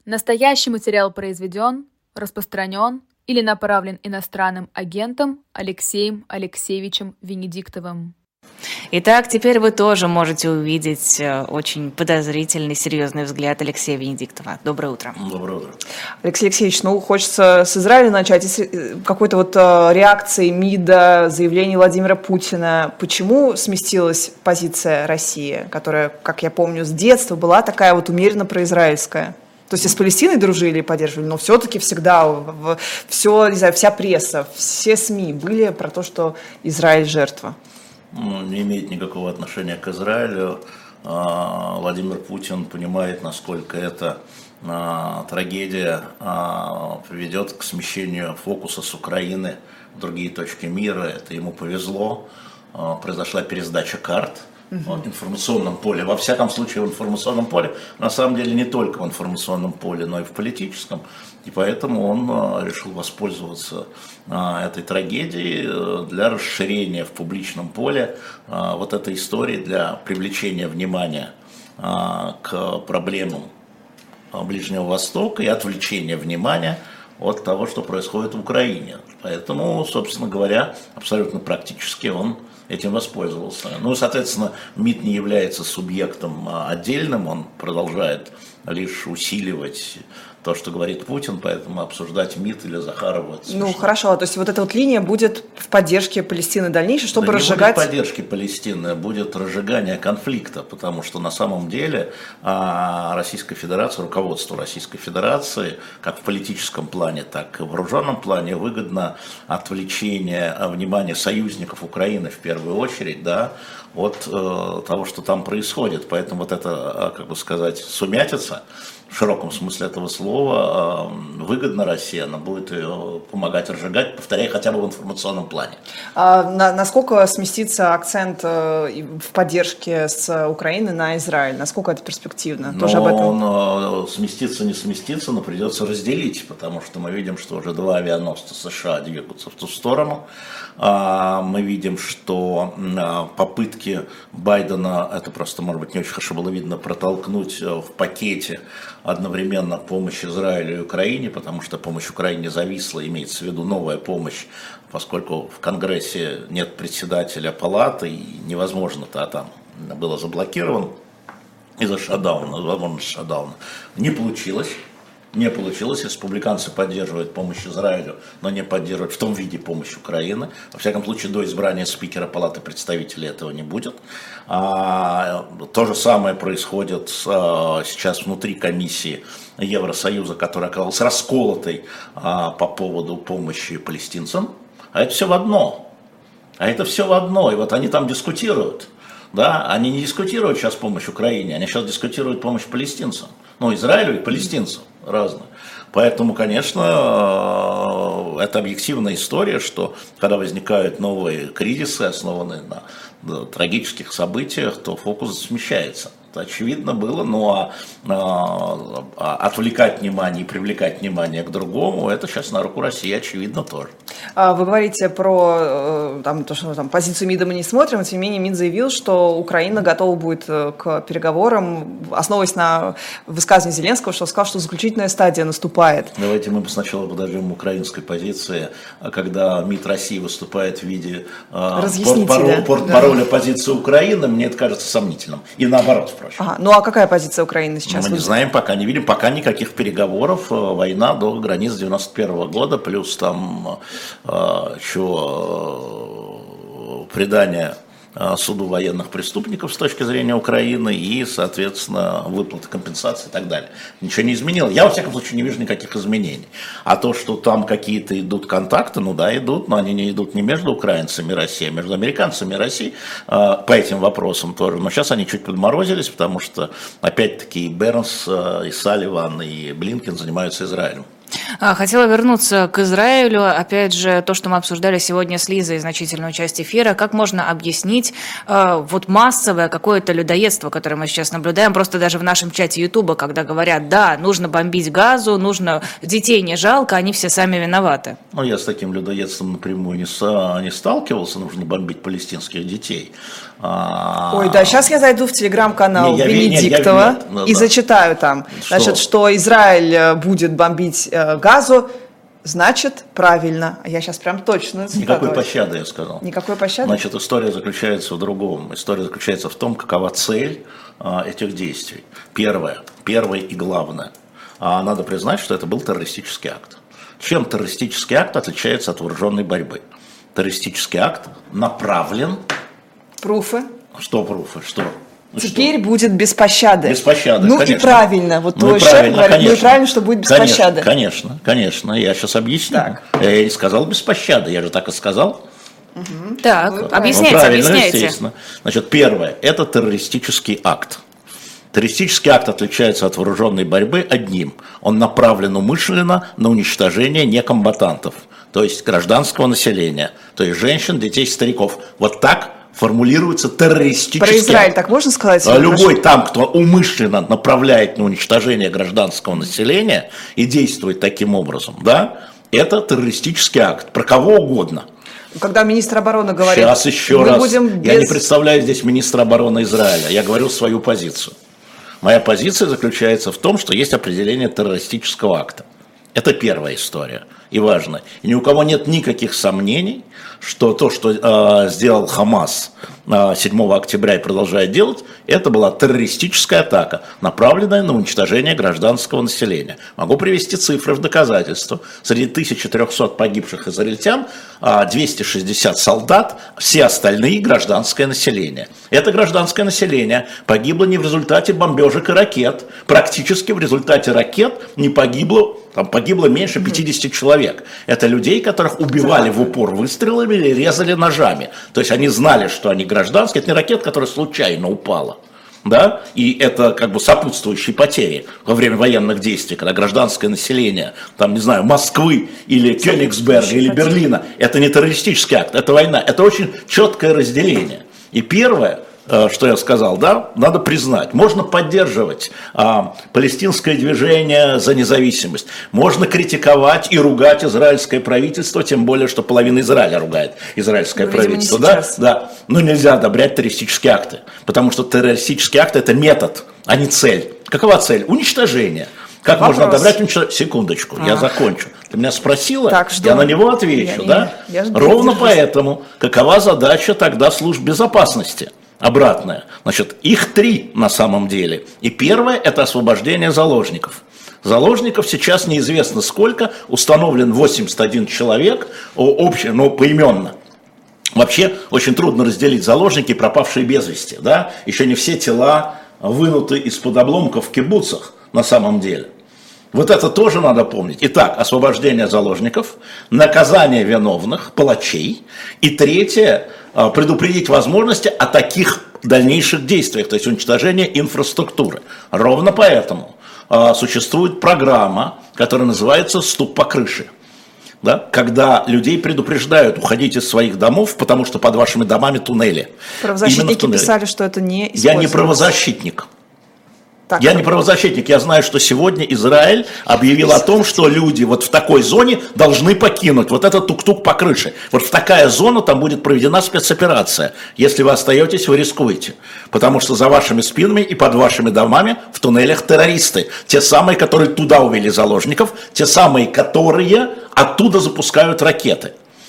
Настоящий материал произведен, распространен или направлен иностранным агентом Алексеем Алексеевичем Венедиктовым. Итак, теперь вы тоже можете увидеть очень подозрительный, серьезный взгляд Алексея Венедиктова. Доброе утро. Доброе утро. Алексей Алексеевич, хочется с Израиля начать. Если какой-то реакции МИДа, заявлений Владимира Путина, почему сместилась позиция России, которая, как я помню, с детства была такая умеренно произраильская? То есть и с Палестиной дружили и поддерживали, но все-таки всегда вся пресса, все СМИ были про то, что Израиль жертва. Не имеет никакого отношения к Израилю. Владимир Путин понимает, насколько эта трагедия приведет к смещению фокуса с Украины в другие точки мира. Это ему повезло. Произошла пересдача карт. В информационном поле, во всяком случае в информационном поле, на самом деле не только в информационном поле, но и в политическом, и поэтому он решил воспользоваться этой трагедией для расширения в публичном поле этой истории, для привлечения внимания к проблемам Ближнего Востока и отвлечения внимания от того, что происходит в Украине. Поэтому, собственно говоря, абсолютно практически он этим воспользовался. Соответственно, МИД не является субъектом отдельным, он продолжает лишь усиливать то, что говорит Путин, поэтому обсуждать МИД или Захарова. Хорошо, то есть эта линия будет в поддержке Палестины дальнейшей, чтобы разжигать... Не будет поддержки Палестины, будет разжигание конфликта, потому что на самом деле Российская Федерация, руководство Российской Федерации, как в политическом плане, так и в вооруженном плане, выгодно отвлечение внимания союзников Украины в первую очередь, от того, что там происходит. Поэтому эта, сумятица, в широком смысле этого слова, выгодна России, она будет ее помогать разжигать, повторяю, хотя бы в информационном плане. Насколько сместится акцент в поддержке с Украины на Израиль? Насколько это перспективно? Тоже об этом. Он сместится, не сместится, но придется разделить, потому что мы видим, что уже 2 авианосца США двигаются в ту сторону. Мы видим, что попытки Байдена, это просто, может быть, не очень хорошо было видно, протолкнуть в пакете одновременно помощь Израилю и Украине, потому что помощь Украине зависла, имеется в виду новая помощь, поскольку в Конгрессе нет председателя палаты, и невозможно-то там было заблокировано из-за шатдауна, возможности шатдауна. Не получилось. Республиканцы поддерживают помощь Израилю, но не поддерживают в том виде помощь Украины. Во всяком случае, до избрания спикера Палаты представителей этого не будет. То же самое происходит сейчас внутри комиссии Евросоюза, которая оказалась расколотой по поводу помощи палестинцам. А это все в одно. И они там дискутируют. Они не дискутируют сейчас помощь Украине, они сейчас дискутируют помощь палестинцам. Израилю и палестинцам разные. Поэтому, конечно, это объективная история, что когда возникают новые кризисы, основанные на трагических событиях, то фокус смещается. Это очевидно было, отвлекать внимание и привлекать внимание к другому, это сейчас на руку России, очевидно, тоже. Вы говорите про то, что позицию МИДа мы не смотрим, тем не менее МИД заявил, что Украина готова будет к переговорам, основываясь на высказывании Зеленского, что сказал, что заключительная стадия наступает. Давайте мы сначала подождем украинской позиции, когда МИД России выступает в виде портпароля позиции Украины, мне это кажется сомнительным. И наоборот, впрочем. А какая позиция Украины сейчас? Мы не знаем, пока не видим, пока никаких переговоров, война до границ 91 года, плюс там предание суду военных преступников с точки зрения Украины и, соответственно, выплаты компенсации и так далее. Ничего не изменилось. Я, во всяком случае, не вижу никаких изменений. А то, что там какие-то идут контакты, идут, но они не идут не между украинцами и Россией, а между американцами и Россией по этим вопросам тоже. Но сейчас они чуть подморозились, потому что, опять-таки, и Бернс, и Салливан, и Блинкен занимаются Израилем. Хотела вернуться к Израилю. Опять же, то, что мы обсуждали сегодня с Лизой, значительную часть эфира. Как можно объяснить массовое какое-то людоедство, которое мы сейчас наблюдаем, просто даже в нашем чате Ютуба, когда говорят, да, нужно бомбить Газу, детей не жалко, они все сами виноваты. Я с таким людоедством напрямую не сталкивался, нужно бомбить палестинских детей. Ой, да, сейчас я зайду в телеграм-канал Венедиктова и зачитаю там, значит, что Израиль будет бомбить Газу, значит, правильно. А я сейчас прям точно цитатую. Никакой пощады, я сказал. Никакой пощады? Значит, история заключается в другом. История заключается в том, какова цель этих действий. Первое и главное. Надо признать, что это был террористический акт. Чем террористический акт отличается от вооруженной борьбы? Террористический акт направлен... Пруфы? Что пруфы? Что? Теперь будет без пощады. Без пощады, ну конечно. И правильно. Вот твой шеф говорит, ну и правильно, что будет без пощады. Конечно. Я сейчас объясню. Я не сказал без пощады, я же так и сказал. Так, объясняйте. Значит, первое, это террористический акт. Террористический акт отличается от вооруженной борьбы одним. Он направлен умышленно на уничтожение некомбатантов, то есть гражданского населения, то есть женщин, детей, стариков. Вот так формулируется террористический акт. Про Израиль так можно сказать? Любой там, кто умышленно направляет на уничтожение гражданского населения и действует таким образом, да, это террористический акт. Про кого угодно. Когда министр обороны говорит... Сейчас еще раз. Я не представляю здесь министра обороны Израиля. Я говорю свою позицию. Моя позиция заключается в том, что есть определение террористического акта. Это первая история. И важно. И ни у кого нет никаких сомнений, что то, что сделал Хамас 7 октября и продолжает делать, это была террористическая атака, направленная на уничтожение гражданского населения. Могу привести цифры в доказательство. Среди 1300 погибших израильтян 260 солдат, все остальные гражданское население. Это гражданское население погибло не в результате бомбежек и ракет. Практически в результате ракет не погибло, там погибло меньше 50 человек. Это людей, которых убивали в упор выстрелами или резали ножами. То есть они знали, что они гражданские. Это не ракета, которая случайно упала. Да? И это как бы сопутствующие потери во время военных действий, когда гражданское население, там, не знаю, Москвы или Кёнигсберга или Берлина, это не террористический акт, это война. Это очень четкое разделение. И первое, что я сказал, да, надо признать, можно поддерживать палестинское движение за независимость, можно критиковать и ругать израильское правительство, тем более, что половина Израиля ругает израильское правительство, да, но нельзя одобрять террористические акты, потому что террористический акт – это метод, а не цель. Какова цель? Уничтожение. Как можно одобрять уничтожение? Секундочку, я закончу. Ты меня спросила, так, я на него отвечу, Ровно поэтому, какова задача тогда служб безопасности? Обратное. Значит, их 3 на самом деле. И первое – это освобождение заложников. Заложников сейчас неизвестно сколько, установлен 81 человек, поименно. Вообще, очень трудно разделить заложники, пропавшие без вести. Да? Еще не все тела вынуты из-под обломков в кибуцах на самом деле. Вот это тоже надо помнить. Итак, освобождение заложников, наказание виновных, палачей. И третье – предупредить возможности о таких дальнейших действиях, то есть уничтожение инфраструктуры. Ровно поэтому существует программа, которая называется «Стук по крыше». Да? Когда людей предупреждают уходить из своих домов, потому что под вашими домами туннели. Правозащитники писали, что это не используется. Я не правозащитник. Я не правозащитник, я знаю, что сегодня Израиль объявил о том, что люди вот в такой зоне должны покинуть вот этот тук-тук по крыше. Вот в такая зона, там будет проведена спецоперация. Если вы остаетесь, вы рискуете. Потому что за вашими спинами и под вашими домами в туннелях террористы. Те самые, которые туда увели заложников, те самые, которые оттуда запускают ракеты.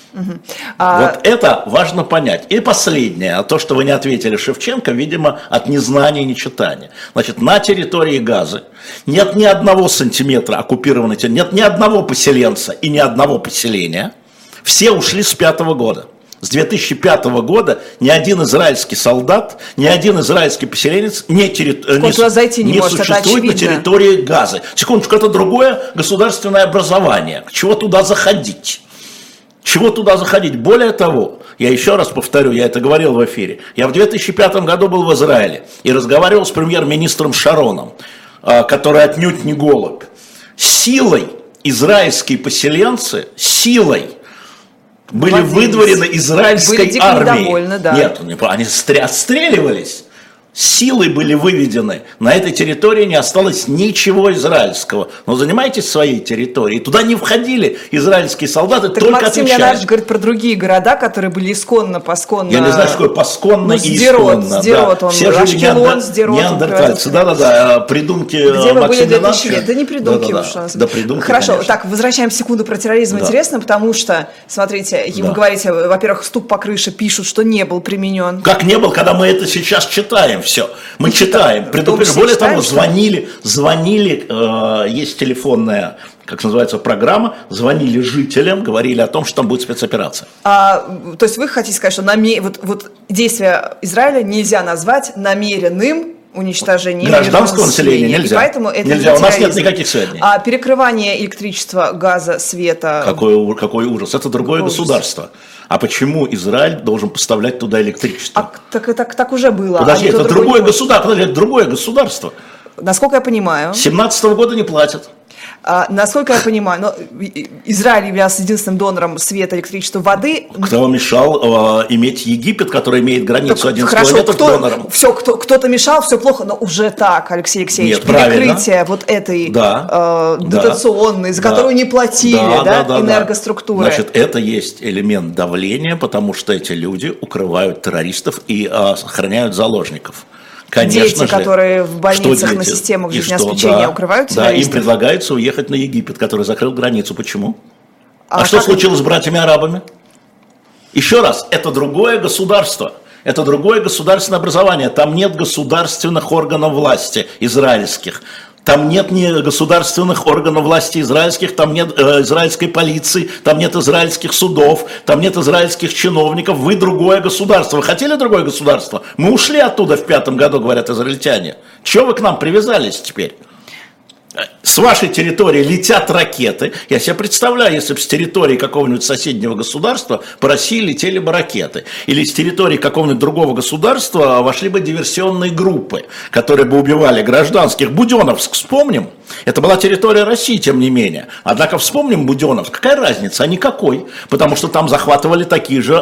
Вот это важно понять. И последнее, то, что вы не ответили Шевченко, видимо, от незнания и нечитания. Значит, на территории Газы нет ни одного сантиметра оккупированной территории, нет ни одного поселенца и ни одного поселения. Все ушли с 2005 года. С 2005 года ни один израильский солдат, ни один израильский поселенец не существует на территории Газы. Секундочку, это другое государственное образование. Чего туда заходить? Чего туда заходить? Более того, я еще раз повторю, я это говорил в эфире, я в 2005 году был в Израиле и разговаривал с премьер-министром Шароном, который отнюдь не голубь. Силой израильские поселенцы, силой были выдворены израильской армией. Недовольны, да. Нет, они отстреливались. силой были выведены. На этой территории не осталось ничего израильского. Но занимайтесь своей территорией. Туда не входили израильские солдаты, так только Максим отвечали. Леонардович говорит про другие города, которые были исконно, посконно. Я не знаю, что такое посконно и исконно. Сдерот, он все был. Ашкелон, Сдерот. Неандертальцы, да, придумки Где вы были Максима 2000 Леонардовича. лет? Да не придумки уж у нас. Да, придумки, хорошо, конечно. так, возвращаем секунду про терроризм. Да. Интересно, потому что, смотрите, вы говорите, во-первых, стук по крыше пишут, что не был применен. Как не был, когда мы это сейчас читаем все. Мы читаем. Более того, звонили, есть телефонная, как называется, программа, звонили жителям, говорили о том, что там будет спецоперация. То есть вы хотите сказать, что вот действия Израиля нельзя назвать намеренным уничтожением гражданского населения нельзя. И поэтому это нельзя. У нас нет терроризм. никаких сведений. А перекрывание электричества, газа, света. Какой ужас. Это другое государство. А почему Израиль должен поставлять туда электричество? Так уже было. Подожди, это другое государство. Подожди, это другое государство. Насколько я понимаю. С 17-го года не платят. Насколько я понимаю, Израиль являлся единственным донором света, электричества, воды. Кто мешал иметь Египет, который имеет границу 11 хорошо, километров донором? Кто-то мешал, все плохо, но уже так, Алексей Алексеевич. Нет, перекрытие вот этой дотационной, за которую не платили, энергоструктуры. Значит, это есть элемент давления, потому что эти люди укрывают террористов и охраняют заложников. Конечно дети, же, которые в больницах на системах жизнеобеспечения укрывают террористов? Да, им предлагается уехать на Египет, который закрыл границу. Почему? А что случилось с братьями-арабами? Еще раз, это другое государство. Это другое государственное образование. Там нет государственных органов власти израильских. Там нет ни государственных органов власти израильских, там нет израильской полиции, там нет израильских судов, там нет израильских чиновников. Вы другое государство. Вы хотели другое государство? Мы ушли оттуда в 5-м году, говорят израильтяне. Чего вы к нам привязались теперь? С вашей территории летят ракеты. Я себе представляю, если бы с территории какого-нибудь соседнего государства по России летели бы ракеты. Или с территории какого-нибудь другого государства вошли бы диверсионные группы, которые бы убивали гражданских. Буденновск вспомним. Это была территория России, тем не менее. Однако вспомним Буденновск. Какая разница? А никакой. Потому что там захватывали такие же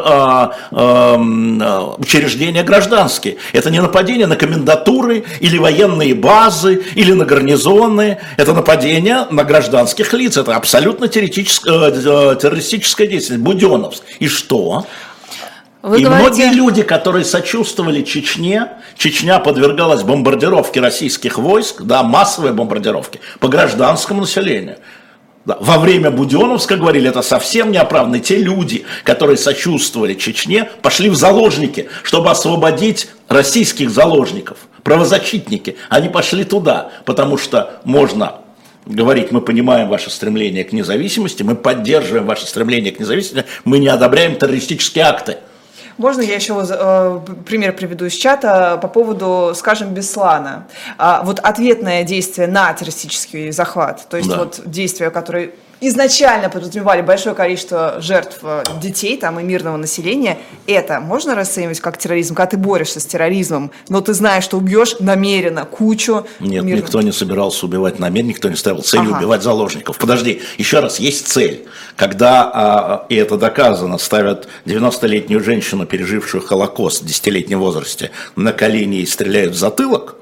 учреждения гражданские. Это не нападение на комендатуры или военные базы, или на гарнизоны. Это нападение на гражданских лиц. Это абсолютно террористическое действие. Буденновск. И что? Многие люди, которые сочувствовали Чечне, Чечня подвергалась бомбардировке российских войск, да, массовой бомбардировке по гражданскому населению. Да, во время Буденновска говорили, это совсем неоправданно. Те люди, которые сочувствовали Чечне, пошли в заложники, чтобы освободить российских заложников, правозащитники. Они пошли туда, потому что можно говорить, мы понимаем ваше стремление к независимости, мы поддерживаем ваше стремление к независимости, мы не одобряем террористические акты. Можно я еще пример приведу из чата по поводу, скажем, Беслана? Вот ответное действие на террористический захват, то есть вот действия, которые изначально подразумевали большое количество жертв детей там, и мирного населения, это можно расценивать как терроризм, когда ты борешься с терроризмом, но ты знаешь, что убьешь намеренно кучу Нет, мирных... никто не собирался убивать намеренно, никто не ставил целью убивать заложников. Подожди, еще раз, есть цель. Когда, и это доказано, ставят 90-летнюю женщину, пережившую Холокост в 10-летнем возрасте, на колени и стреляют в затылок,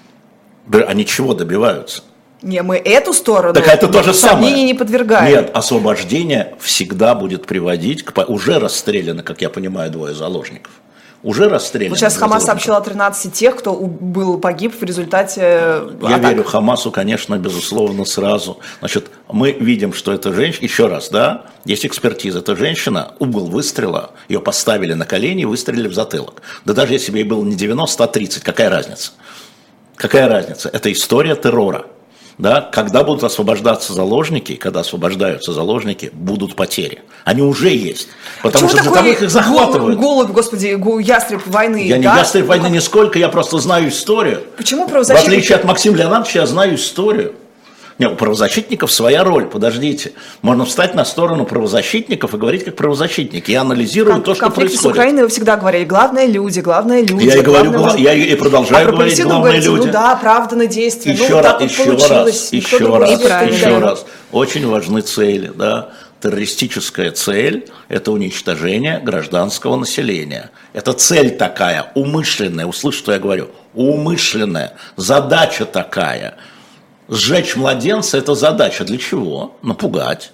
они чего добиваются? Не, мы эту сторону так это то же самое. Не подвергаем. Нет, освобождение всегда будет приводить к... Уже расстреляно, как я понимаю, 2 заложников. Уже расстреляно. Вот сейчас Хамас сообщил о 13 тех, кто погиб в результате Я верю Хамасу, конечно, безусловно, сразу. Значит, мы видим, что эта женщина... Еще раз, да, есть экспертиза. Эта женщина, угол выстрела, ее поставили на колени и выстрелили в затылок. Да даже если бы ей было не 90, а 30, какая разница? Какая разница? Это история террора. Да, когда будут освобождаться заложники, когда освобождаются заложники, будут потери. Они уже есть. Потому что для того их захватывают. Голубь, господи, ястреб войны. Я не ястреб войны нисколько, я просто знаю историю. Почему правозащитники... В отличие от Максима Леонардовича, я знаю историю. Нет, у правозащитников своя роль, подождите. Можно встать на сторону правозащитников и говорить как правозащитники. Я анализирую то, что происходит. С Украиной вы всегда говорили, главные люди. Я и говорю, я и продолжаю говорить, главные люди. Ну да, оправданные действия. Еще раз. Очень важны цели, да. террористическая цель – это уничтожение гражданского населения. Это цель такая, умышленная, услышь, что я говорю, умышленная, задача такая. Сжечь младенца – это задача. Для чего? Напугать.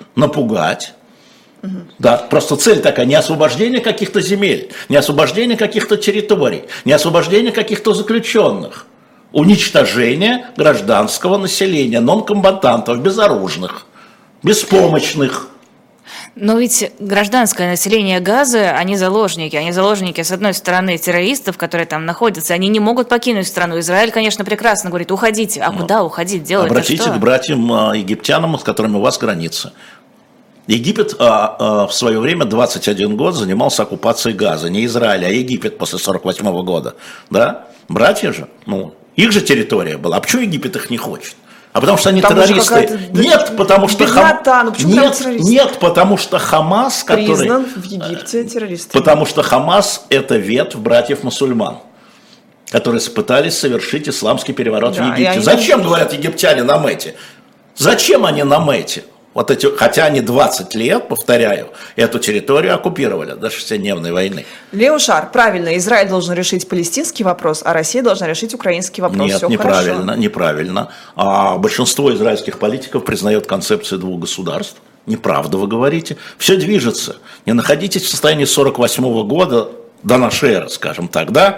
Да, просто цель такая, не освобождение каких-то земель, не освобождение каких-то территорий, не освобождение каких-то заключенных. Уничтожение гражданского населения, нонкомбатантов, безоружных, беспомощных. Но ведь гражданское население Газы, они заложники, с одной стороны, террористов, которые там находятся, они не могут покинуть страну. Израиль, конечно, прекрасно говорит, уходите, а куда уходить, делать-то обратите что? К братьям египтянам, с которыми у вас граница. Египет в свое время 21 год занимался оккупацией Газа, не Израиль, а Египет после 1948 года. Да? Братья же, их же территория была. А почему Египет их не хочет? А потому что они террористы. Нет, потому что потому что Хамас, который признан в Египте террористом. Потому что Хамас это ветвь братьев-мусульман, которые пытались совершить исламский переворот в Египте. Зачем, говорят египтяне, на мете? Зачем они на мете? Хотя они 20 лет, повторяю, эту территорию оккупировали до шестидневной войны. Лео Шар, правильно, Израиль должен решить палестинский вопрос, а Россия должна решить украинский вопрос. Нет, все неправильно. Большинство израильских политиков признает концепцию двух государств. Неправда вы говорите. Все движется. Не находитесь в состоянии 1948 года до нашей эры, скажем так, да?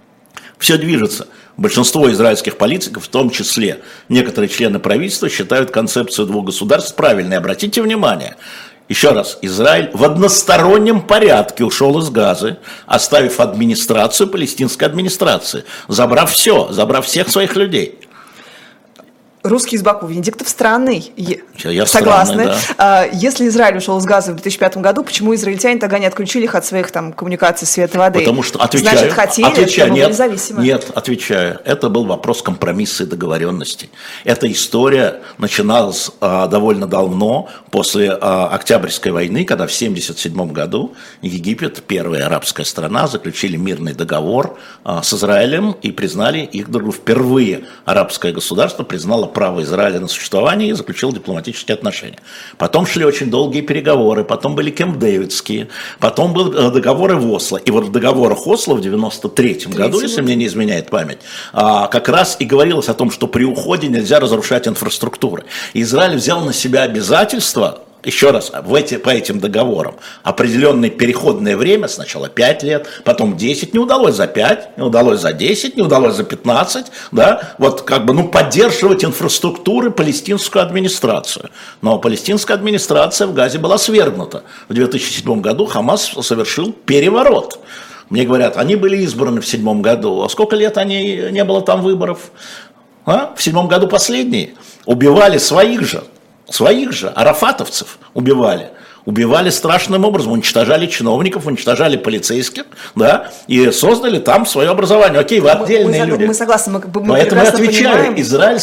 Все движется. Большинство израильских политиков, в том числе некоторые члены правительства, считают концепцию двух государств правильной. Обратите внимание, еще раз, Израиль в одностороннем порядке ушел из Газы, оставив администрацию, палестинской администрации, забрав всех своих людей. Русский из Баку, Венедиктов странный. Я согласны. Странный, да. Если Израиль ушел из Газа в 2005 году, почему израильтяне тогда не отключили их от своих коммуникаций света и воды? Потому что, значит, хотели, чтобы были независимы. Нет, отвечаю. Это был вопрос компромисса и договоренностей. Эта история начиналась довольно давно, после Октябрьской войны, когда в 1977 году Египет, первая арабская страна, заключили мирный договор с Израилем и признали их друг друга. Впервые арабское государство признало право Израиля на существование и заключил дипломатические отношения. Потом шли очень долгие переговоры, потом были Кэмп-Дэвидские, потом были договоры в Осло. И вот в договорах Осло в 1993 году, если мне не изменяет память, как раз и говорилось о том, что при уходе нельзя разрушать инфраструктуру. Израиль взял на себя обязательства, еще раз, по этим договорам, определенное переходное время, сначала 5 лет, потом 10, не удалось за 5, не удалось за 10, не удалось за 15, да, поддерживать инфраструктуры палестинскую администрацию. Но палестинская администрация в Газе была свергнута. В 2007 году Хамас совершил переворот. Мне говорят, они были избраны в 2007 году, а сколько лет не было там выборов? В 2007 году последние. Убивали своих же, арафатовцев убивали страшным образом, уничтожали чиновников, уничтожали полицейских, да, и создали там свое образование. Окей, вы отдельные люди. Мы согласны, Поэтому я отвечаю, понимаем. Израиль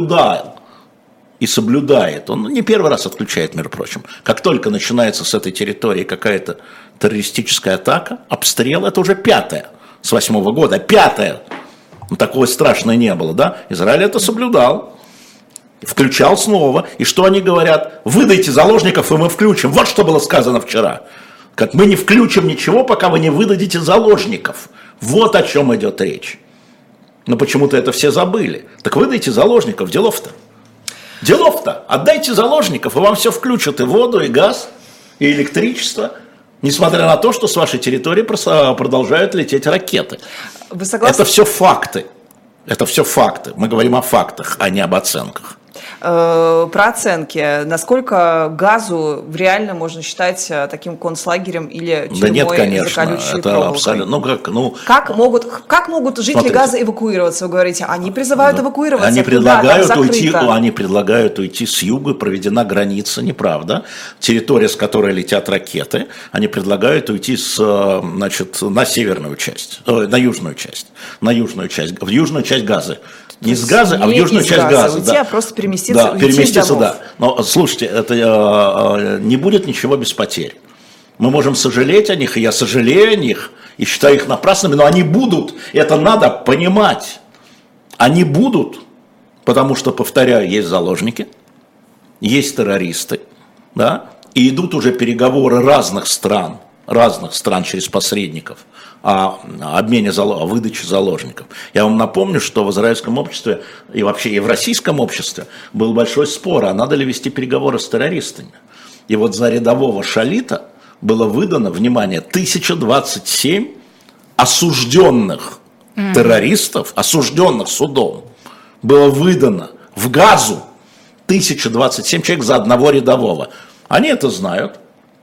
соблюдает, он не первый раз отключает, между прочим. Как только начинается с этой территории какая-то террористическая атака, обстрел, это уже 5-я с 2008 года, 5-я. Такого страшного не было, да, Израиль это соблюдал. Включал снова, и что они говорят? Выдайте заложников, и мы включим. Вот что было сказано вчера. Как мы не включим ничего, пока вы не выдадите заложников. Вот о чем идет речь. Но почему-то это все забыли. Так выдайте заложников, делов-то. Отдайте заложников, и вам все включат, и воду, и газ, и электричество. Несмотря на то, что с вашей территории продолжают лететь ракеты. Вы согласны? Это все факты. Мы говорим о фактах, а не об оценках. Про оценки. Насколько Газу реально можно считать таким концлагерем или тюрьмой? Да нет, конечно, это абсолютно. Как могут жители Газа эвакуироваться, вы говорите? Они призывают эвакуироваться. Они предлагают уйти с юга, проведена граница, неправда. Территория, с которой летят ракеты, они предлагают уйти на северную часть, на южную часть, в южную часть Газы. Не с Газа, а в южную часть Газа. Уйти, а просто переместиться да. Но слушайте, это не будет ничего без потерь. Мы можем сожалеть о них, и я сожалею о них, и считаю их напрасными, но они будут. Это надо понимать. Они будут, потому что, повторяю, есть заложники, есть террористы, да? И идут уже переговоры разных стран через посредников о обмене, о выдаче заложников. Я вам напомню, что в израильском обществе и вообще и в российском обществе был большой спор, а надо ли вести переговоры с террористами. И вот за рядового шалита было выдано, внимание, 1027 осужденных террористов, осужденных судом, было выдано в Газу 1027 человек за одного рядового. Они это знают.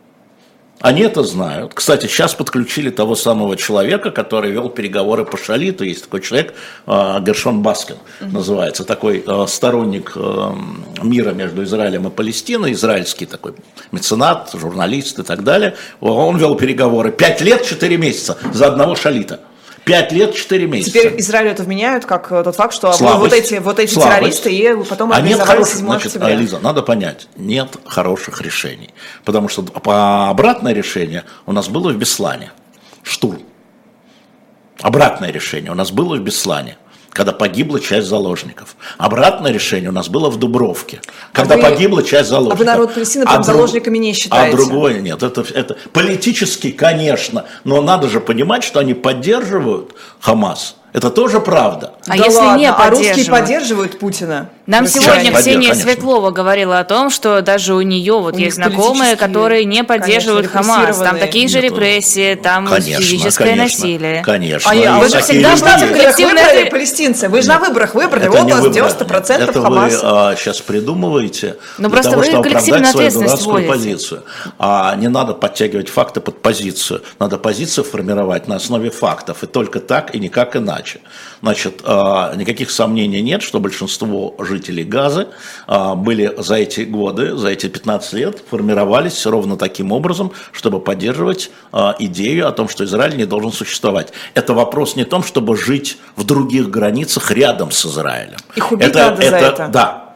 Кстати, сейчас подключили того самого человека, который вел переговоры по шалиту. Есть такой человек, Гершон Баскин называется, такой сторонник мира между Израилем и Палестиной, израильский такой меценат, журналист и так далее. Он вел переговоры 5 лет 4 месяца за одного шалита. 5 лет 4 месяца. Теперь Израилю это вменяют как тот факт, что вот эти террористы и потом организовали 7 октября. Лиза, надо понять, нет хороших решений. Потому что обратное решение у нас было в Беслане. Штурм. Обратное решение у нас было в Беслане, когда погибла часть заложников. Обратное решение у нас было в Дубровке, когда погибла часть заложников. А вы народ Палестины прям заложниками не считаете? А другое нет. Это политически, конечно, но надо же понимать, что они поддерживают Хамас. Это тоже правда. А да если ладно, не поддерживают? Русские поддерживают Путина? Нам сегодня Ксения конечно. Светлова говорила о том, что даже у нее есть знакомые, которые не поддерживают Хамас. Там такие же репрессии, там физическое насилие. Конечно. Вы же всегда против коллективной... Палестинцы. Вы же на выборах выбрали. Вот у вас 90% Хамас. Это вы сейчас придумываете Ну, для того, чтобы оправдать свою дурацкую вводите. позицию. А не надо подтягивать факты под позицию. Надо позицию формировать на основе фактов. И только так, и никак иначе. Значит, никаких сомнений нет, что большинство жителей Газы были за эти годы, за эти 15 лет формировались ровно таким образом, чтобы поддерживать идею о том, что Израиль не должен существовать. Это вопрос не в том, чтобы жить в других границах рядом с Израилем. Их убить надо за это? Да.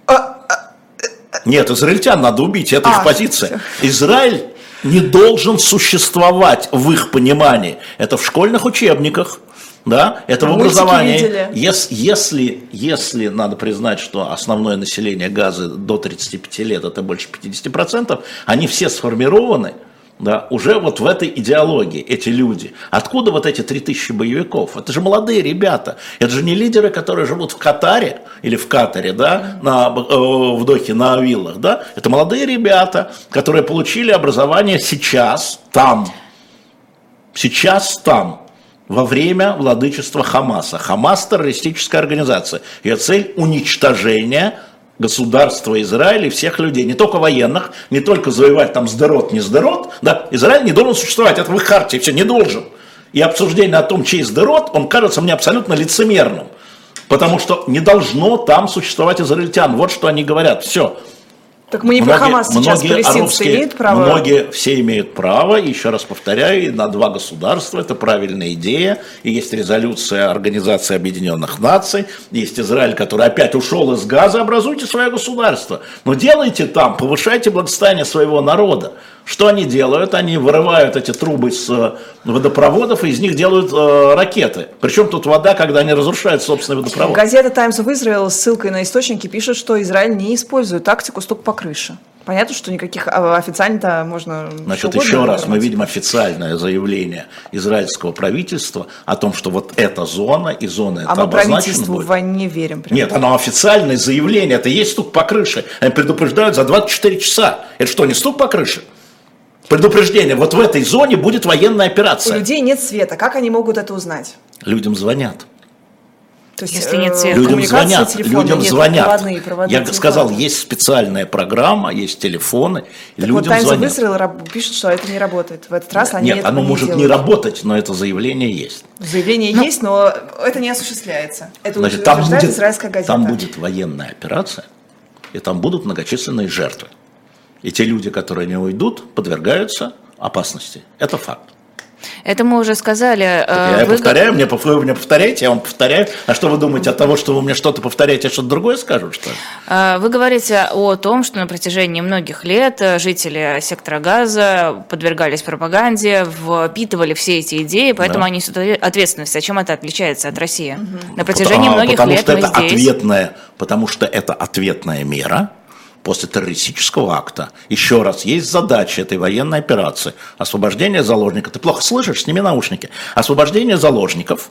Нет, израильтян надо убить, это их позиция. Израиль не должен существовать в их понимании. Это в школьных учебниках. Да, это в образовании. Если надо признать, что основное население Газы до 35 лет, это больше 50%, они все сформированы, да, уже вот в этой идеологии, эти люди. Откуда вот эти 3000 боевиков? Это же молодые ребята. Это же не лидеры, которые живут в Катаре или в Катаре, да, в Дохе, на виллах. Да? Это молодые ребята, которые получили образование сейчас там. Во время владычества Хамаса. Хамас – террористическая организация. Ее цель – уничтожение государства Израиля и всех людей. Не только военных, не только завоевать там Сдерот, не Сдерот. Да? Израиль не должен существовать, это в их харте, все, не должен. И обсуждение о том, чей Сдерот, он кажется мне абсолютно лицемерным. Потому что не должно там существовать израильтян. Вот что они говорят. Все. Так мы не про Хамас сейчас, палестинцы имеют право? Многие все имеют право, еще раз повторяю, на 2 государства, это правильная идея, и есть резолюция Организации Объединенных Наций, есть Израиль, который опять ушел из Газа, образуйте свое государство, но делайте там, повышайте благосостояние своего народа. Что они делают? Они вырывают эти трубы с водопроводов и из них делают ракеты. Причем тут вода, когда они разрушают собственный водопровод. Газета Times of Israel с ссылкой на источники пишет, что Израиль не использует тактику «стук по крыше». Понятно, что никаких официально можно... Значит, еще раз, мы видим официальное заявление израильского правительства о том, что вот эта зона и зона это обозначена. А мы правительству в войне верим. Прям. Нет, оно официальное заявление, это есть стук по крыше. Они предупреждают за 24 часа. Это что, не стук по крыше? Предупреждение, вот в этой зоне будет военная операция. У людей нет света, как они могут это узнать? Людям звонят. То есть, если нет света, людям звонят. Проводные Я телефоны. сказал, есть специальная программа, есть телефоны, и так людям вот, звонят. Times of Israel пишет, что это не работает. В этот раз они Нет, этого оно не может делают. не работать, но это заявление есть. Заявление есть, но это не осуществляется. Это Значит, утверждает израильская газета. там будет военная операция, и там будут многочисленные жертвы. И те люди, которые не уйдут, подвергаются опасности. Это факт. Это мы уже сказали. Я повторяю, вы мне повторяете, я вам повторяю. А что вы думаете от того, что вы мне что-то повторяете, я что-то другое скажу, что ли? Вы говорите о том, что на протяжении многих лет жители сектора Газа подвергались пропаганде, впитывали все эти идеи, поэтому они несут ответственность. А чем это отличается от России? На протяжении многих лет мы здесь... Потому что это ответная мера, после террористического акта, еще раз, есть задача этой военной операции – освобождение заложников. Ты плохо слышишь? Сними наушники. Освобождение заложников,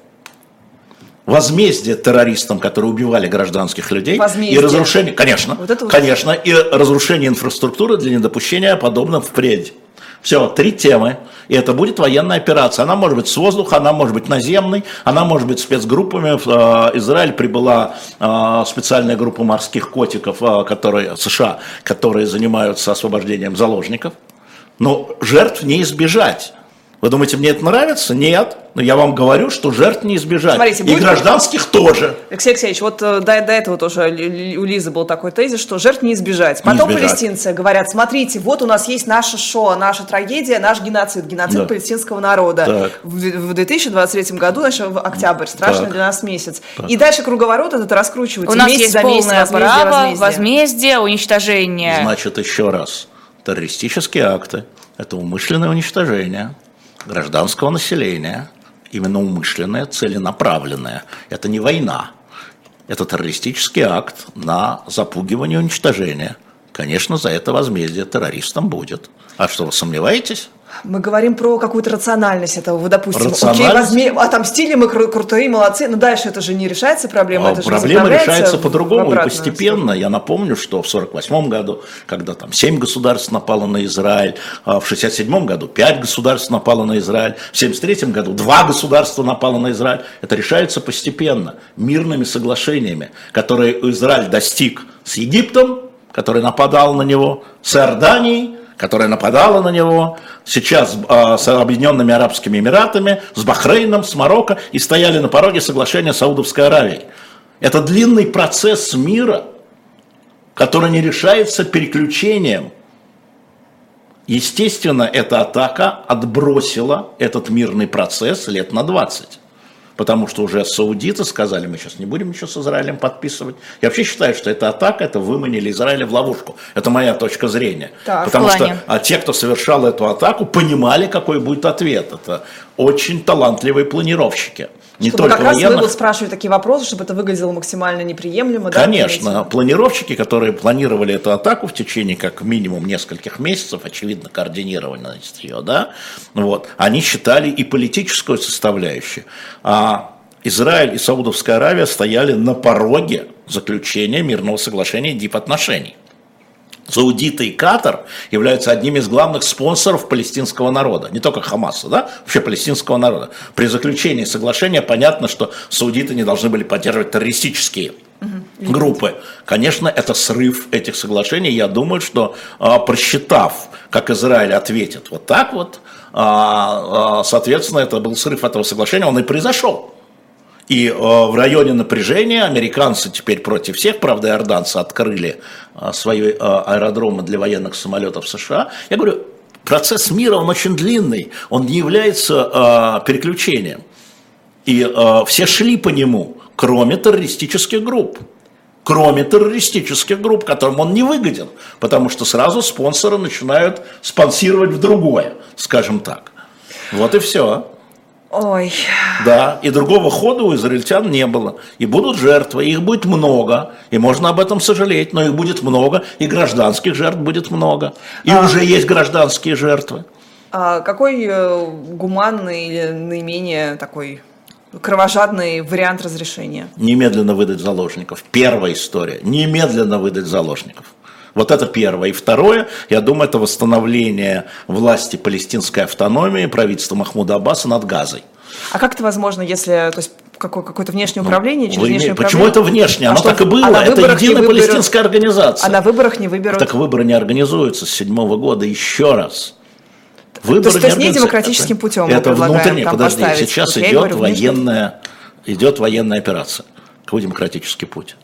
возмездие террористам, которые убивали гражданских людей, возмездие. И разрушение, конечно, вот это конечно, и разрушение инфраструктуры для недопущения подобного впредь. Все, 3 темы, и это будет военная операция. Она может быть с воздуха, она может быть наземной, она может быть спецгруппами. В Израиль прибыла специальная группа морских котиков, США, которые занимаются освобождением заложников. Но жертв не избежать. Вы думаете, мне это нравится? Нет. Но я вам говорю, что жертв не избежать. Смотрите, и гражданских тоже. Алексей Алексеевич, вот до этого тоже у Лизы был такой тезис, что жертв не избежать. Потом не избежать. Палестинцы говорят, смотрите, вот у нас есть наше шоу, наша трагедия, наш геноцид да. Палестинского народа. Так. В 2023 году, значит, в октябрь, страшный так. для нас месяц. Так. И дальше круговорот этот раскручивается. У нас есть полное право, возмездие, уничтожение. Значит, еще раз, террористические акты – это умышленное уничтожение гражданского населения, именно умышленное, целенаправленное. Это не война, это террористический акт на запугивание и уничтожение. Конечно, за это возмездие террористам будет. А что, вы сомневаетесь? Мы говорим про какую-то рациональность этого. Вы, допустим, окей, отомстили, мы крутые, молодцы, но дальше это же не решается проблема. Это проблема решается по-другому и постепенно. Я напомню, что в 1948 году, когда там 7 государств напало на Израиль, в 1967 году 5 государств напало на Израиль, в 1973 году 2 государства напало на Израиль. Это решается постепенно, мирными соглашениями, которые Израиль достиг с Египтом, который нападал на него, с Иорданией, которая нападала на него, сейчас с Объединенными Арабскими Эмиратами, с Бахрейном, с Марокко, и стояли на пороге соглашения с Саудовской Аравией. Это длинный процесс мира, который не решается переключением. Естественно, эта атака отбросила этот мирный процесс лет на 20. Потому что уже саудиты сказали, мы сейчас не будем ничего с Израилем подписывать. Я вообще считаю, что эта атака, это выманили Израиля в ловушку. Это моя точка зрения. Так, потому что те, кто совершал эту атаку, понимали, какой будет ответ. Это очень талантливые планировщики. Не чтобы только как военных. раз вы спрашивали такие вопросы, чтобы это выглядело максимально неприемлемо. Конечно, да, планировщики, которые планировали эту атаку в течение как минимум нескольких месяцев, очевидно, координированность ее, да, вот, они считали и политическую составляющую. А Израиль и Саудовская Аравия стояли на пороге заключения мирного соглашения дипотношений. Саудиты и Катар являются одними из главных спонсоров палестинского народа, не только Хамаса, да, вообще палестинского народа. При заключении соглашения понятно, что саудиты не должны были поддерживать террористические группы. Конечно, это срыв этих соглашений. Я думаю, что просчитав, как Израиль ответит вот так вот, соответственно, это был срыв этого соглашения, он и произошел. И в районе напряжения американцы теперь против всех, правда, иорданцы открыли свои аэродромы для военных самолетов США. Я говорю, процесс мира, он очень длинный, он не является переключением. И все шли по нему, кроме террористических групп. Кроме террористических групп, которым он не выгоден, потому что сразу спонсоры начинают спонсировать в другое, скажем так. Вот и все. Ой. Да, и другого хода у израильтян не было. И будут жертвы, их будет много, и можно об этом сожалеть, но их будет много, и гражданских жертв будет много. И уже есть гражданские жертвы. Какой гуманный или наименее такой кровожадный вариант разрешения? Немедленно выдать заложников. Первая история. Немедленно выдать заложников. Вот это первое. И второе, я думаю, это восстановление власти палестинской автономии правительства Махмуда Аббаса над Газой. А как это возможно, если, то есть, какое-то внешнее управление, через внешнее управление? Почему это внешнее? Оно так и было. Это единая палестинская организация. А на выборах не выберут? Так выборы не организуются с 2007 года. Еще раз. Выборы то есть не демократическим путем мы предлагаем там подожди, поставить. Сейчас вот идет военная операция. Какой демократический путь?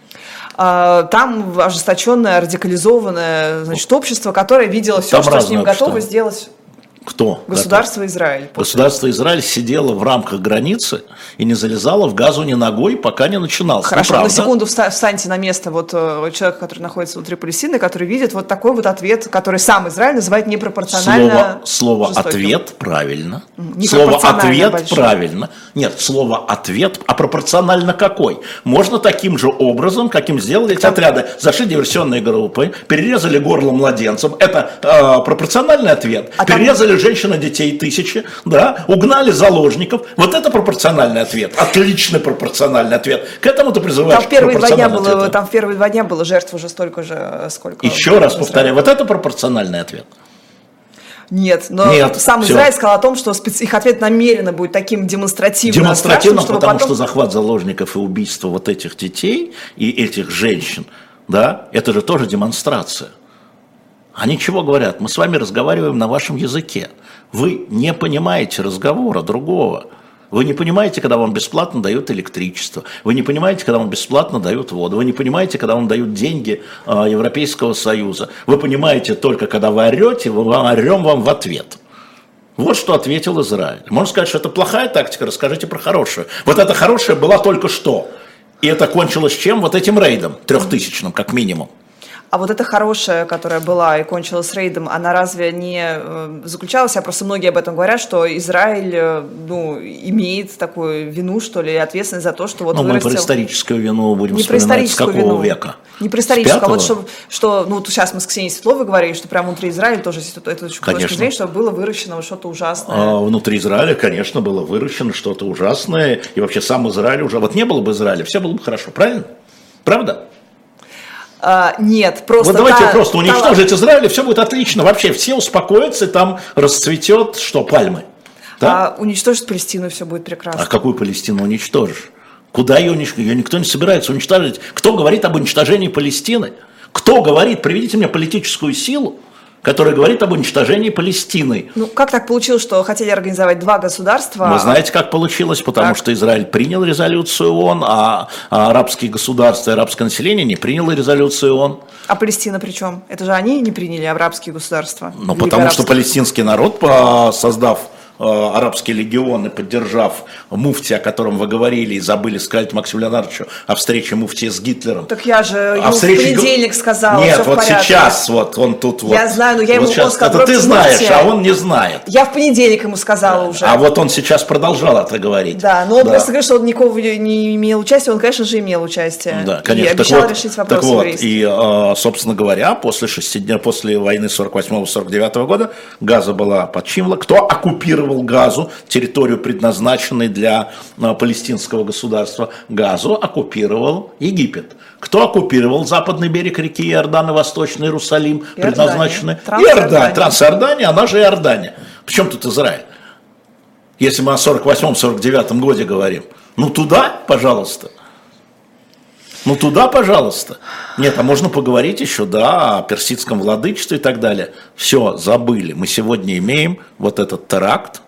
Там ожесточенное, радикализованное, значит, общество, которое видело все, что с ним готово сделать. Кто? Государство Израиль. Государство Израиль сидело в рамках границы и не залезало в Газу ни ногой, пока не начинался. Хорошо, на секунду встаньте на место вот человека, который находится внутри Палестины, который видит вот такой вот ответ, который сам Израиль называет непропорционально Слово жестоким. «ответ» правильно. Слово «ответ» правильно. Нет, слово «ответ», а пропорционально какой? Можно таким же образом, каким сделали эти отряды. Зашли диверсионные группы, перерезали горло младенцам. Это пропорциональный ответ. Перерезали женщин и детей тысячи, да, угнали заложников. Вот это пропорциональный ответ. Отличный пропорциональный ответ. К этому ты призываешь. Там в первые 2 дня было жертв уже столько же, сколько... Еще раз повторяю, вот это пропорциональный ответ. Нет, сам все. Израиль сказал о том, что их ответ намеренно будет таким демонстративным, страшным, потому что захват заложников и убийство вот этих детей и этих женщин, да, это же тоже демонстрация. Они чего говорят? Мы с вами разговариваем на вашем языке. Вы не понимаете разговора другого. Вы не понимаете, когда вам бесплатно дают электричество. Вы не понимаете, когда вам бесплатно дают воду. Вы не понимаете, когда вам дают деньги Европейского Союза. Вы понимаете только, когда вы орете, мы орем вам в ответ. Вот что ответил Израиль. Можно сказать, что это плохая тактика, расскажите про хорошую. Вот эта хорошая была только что. И это кончилось чем? Вот этим рейдом, 3000-м как минимум. А вот эта хорошая, которая была и кончилась рейдом, она разве не заключалась, а просто многие об этом говорят, что Израиль имеет такую вину, что ли, ответственность за то, что вот вырастил... Мы про историческую вину будем вспоминать, с какого века? Не про историческую, а вот что сейчас мы с Ксенией Светловой говорили, что прямо внутри Израиля тоже есть это очень точка зрения, что было выращено что-то ужасное. Внутри Израиля, конечно, было выращено что-то ужасное, и вообще сам Израиль уже... Вот не было бы Израиля, все было бы хорошо, правильно? Правда? Нет, просто... Вот давайте просто уничтожить Израиль, и все будет отлично. Вообще все успокоятся, и там расцветет, что, пальмы. Да? Уничтожить Палестину, и все будет прекрасно. А какую Палестину уничтожишь? Куда ее уничтожить? Ее никто не собирается уничтожить. Кто говорит об уничтожении Палестины? Кто говорит? Приведите мне политическую силу, которая говорит об уничтожении Палестины. Как так получилось, что хотели организовать 2 государства? Вы знаете, как получилось? Потому что Израиль принял резолюцию ООН, а арабские государства и арабское население не приняло резолюцию ООН. А Палестина при чем? Это же они не приняли арабские государства? Потому что палестинский народ, создав арабский легион и поддержав муфти, о котором вы говорили, и забыли сказать Максиму Леонардовичу о встрече муфти с Гитлером. Так я же ему в понедельник сказала. Нет, вот сейчас, вот он тут вот. Я знаю, но я ему сказала. Это ты знаешь, а он не знает. Я в понедельник ему сказала уже. А вот он сейчас продолжал это говорить. Да, но он просто говорит, что он никого не имел участия, он, конечно же, имел участие. Да, конечно. И обещал решить вопрос еврейский. И, собственно говоря, после 6 дней, после войны 48-49 года, Газа была подчинена. Кто оккупировал Газу, территорию, предназначенную для палестинского государства? Газу оккупировал Египет. Кто оккупировал западный берег реки Иордан и восточный Иерусалим, предназначенный? Иордания. Трансиордания, она же Иордания. Причем тут Израиль? Если мы о 48-49 годе говорим. Туда, пожалуйста. Туда, пожалуйста. Нет, а можно поговорить еще, о персидском владычестве и так далее. Все, забыли. Мы сегодня имеем вот этот теракт,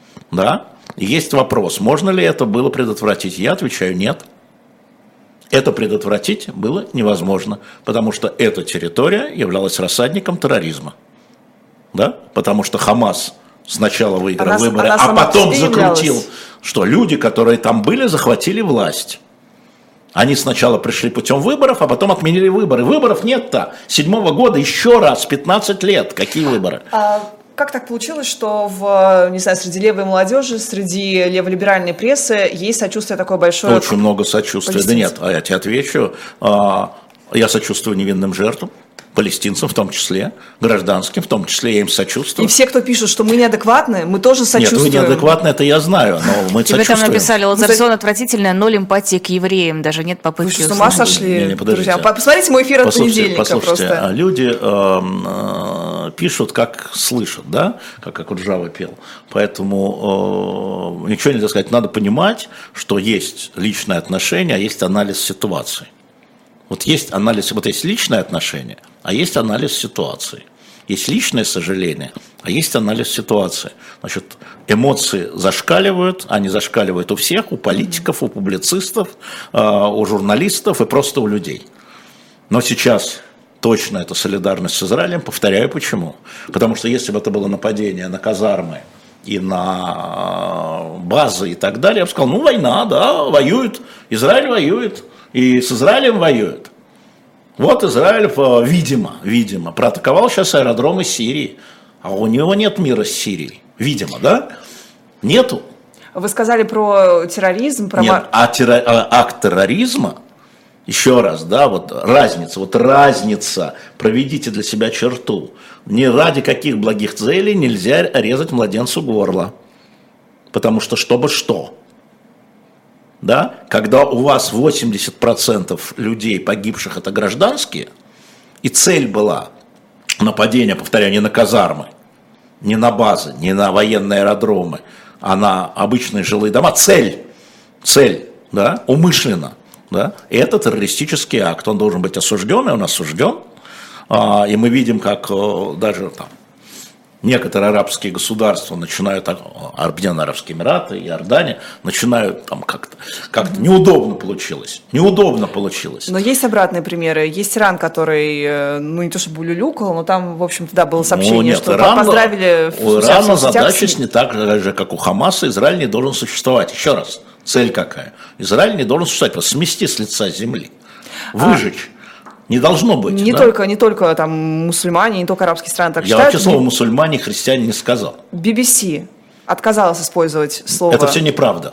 Есть вопрос, можно ли это было предотвратить? Я отвечаю, нет. Это предотвратить было невозможно, потому что эта территория являлась рассадником терроризма. Потому что Хамас сначала выиграл выборы, а потом закрутил, что люди, которые там были, захватили власть. Они сначала пришли путем выборов, а потом отменили выборы. Выборов нет-то. 7-го года еще раз, 15 лет. Какие выборы? Как так получилось, что среди левой молодежи, среди леволиберальной прессы есть сочувствие такое большое? Очень много сочувствия. Да нет, я тебе отвечу. Я сочувствую невинным жертвам, палестинцам в том числе, гражданским в том числе, я им сочувствую. И все, кто пишут, что мы неадекватны, мы тоже сочувствуем. Нет, вы неадекватны, это я знаю, но мы Тебе сочувствуем. там написали, Лазарсон отвратительная, 0 эмпатии к евреям, даже нет попытки... Вы что, с ума сошли? Друзья, посмотрите мой эфир от понедельника. Послушайте, люди пишут, как слышат, как Ржава пел. Поэтому ничего нельзя сказать. Надо понимать, что есть личные отношения, а есть анализ ситуации. Вот есть анализ, вот есть личные отношения, а есть анализ ситуации. Есть личное сожаление, а есть анализ ситуации. Значит, эмоции зашкаливают, они зашкаливают у всех, у политиков, у публицистов, у журналистов и просто у людей. Но сейчас точно это солидарность с Израилем. Повторяю, почему. Потому что если бы это было нападение на казармы и на базы и так далее, я бы сказал, ну война, да, воюют, Израиль воюет, и с Израилем воюет. Вот Израиль, видимо, проатаковал сейчас аэродромы Сирии, а у него нет мира с Сирией, видимо, да? Нету. Вы сказали про терроризм, про... Нет, акт терроризма, еще раз, да, вот разница, проведите для себя черту. Не ради каких благих целей нельзя резать младенцу горло, потому что чтобы что. Да? Когда у вас 80% людей, погибших, это гражданские, и цель была нападение, повторяю, не на казармы, не на базы, не на военные аэродромы, а на обычные жилые дома, цель, да, умышленно, да, и это террористический акт, он должен быть осужден, и он осужден, и мы видим, как даже там некоторые арабские государства начинают, Объединенные Арабские Эмираты, Иордания, начинают там как-то неудобно получилось. Но есть обратные примеры. Есть Иран, который, ну не то чтобы улюлюкал, но там, в общем-то, да, было сообщение, что поздравили. У Ирана задача не так же, как у Хамаса, Израиль не должен существовать. Еще раз, цель какая? Израиль не должен существовать, смести с лица земли, выжечь. Не должно быть. Не только там мусульмане, не только арабские страны так считают. Я вообще слово мусульмане и христиане не сказал. BBC отказалась использовать слово. Это все неправда.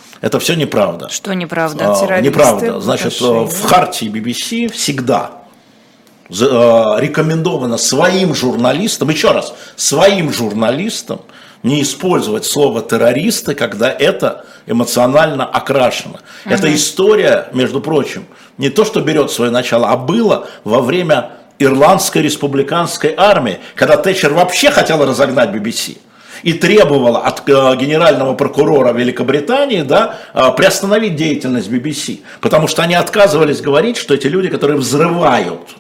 Что неправда? Неправда. Значит, в хартии BBC всегда рекомендовано своим журналистам, еще раз, своим журналистам не использовать слово террористы, когда это эмоционально окрашено. Эта история, между прочим, не то, что берет свое начало, а было во время Ирландской республиканской армии, когда Тэтчер вообще хотела разогнать BBC и требовала от генерального прокурора Великобритании, да, приостановить деятельность BBC, потому что они отказывались говорить, что эти люди, которые взрывают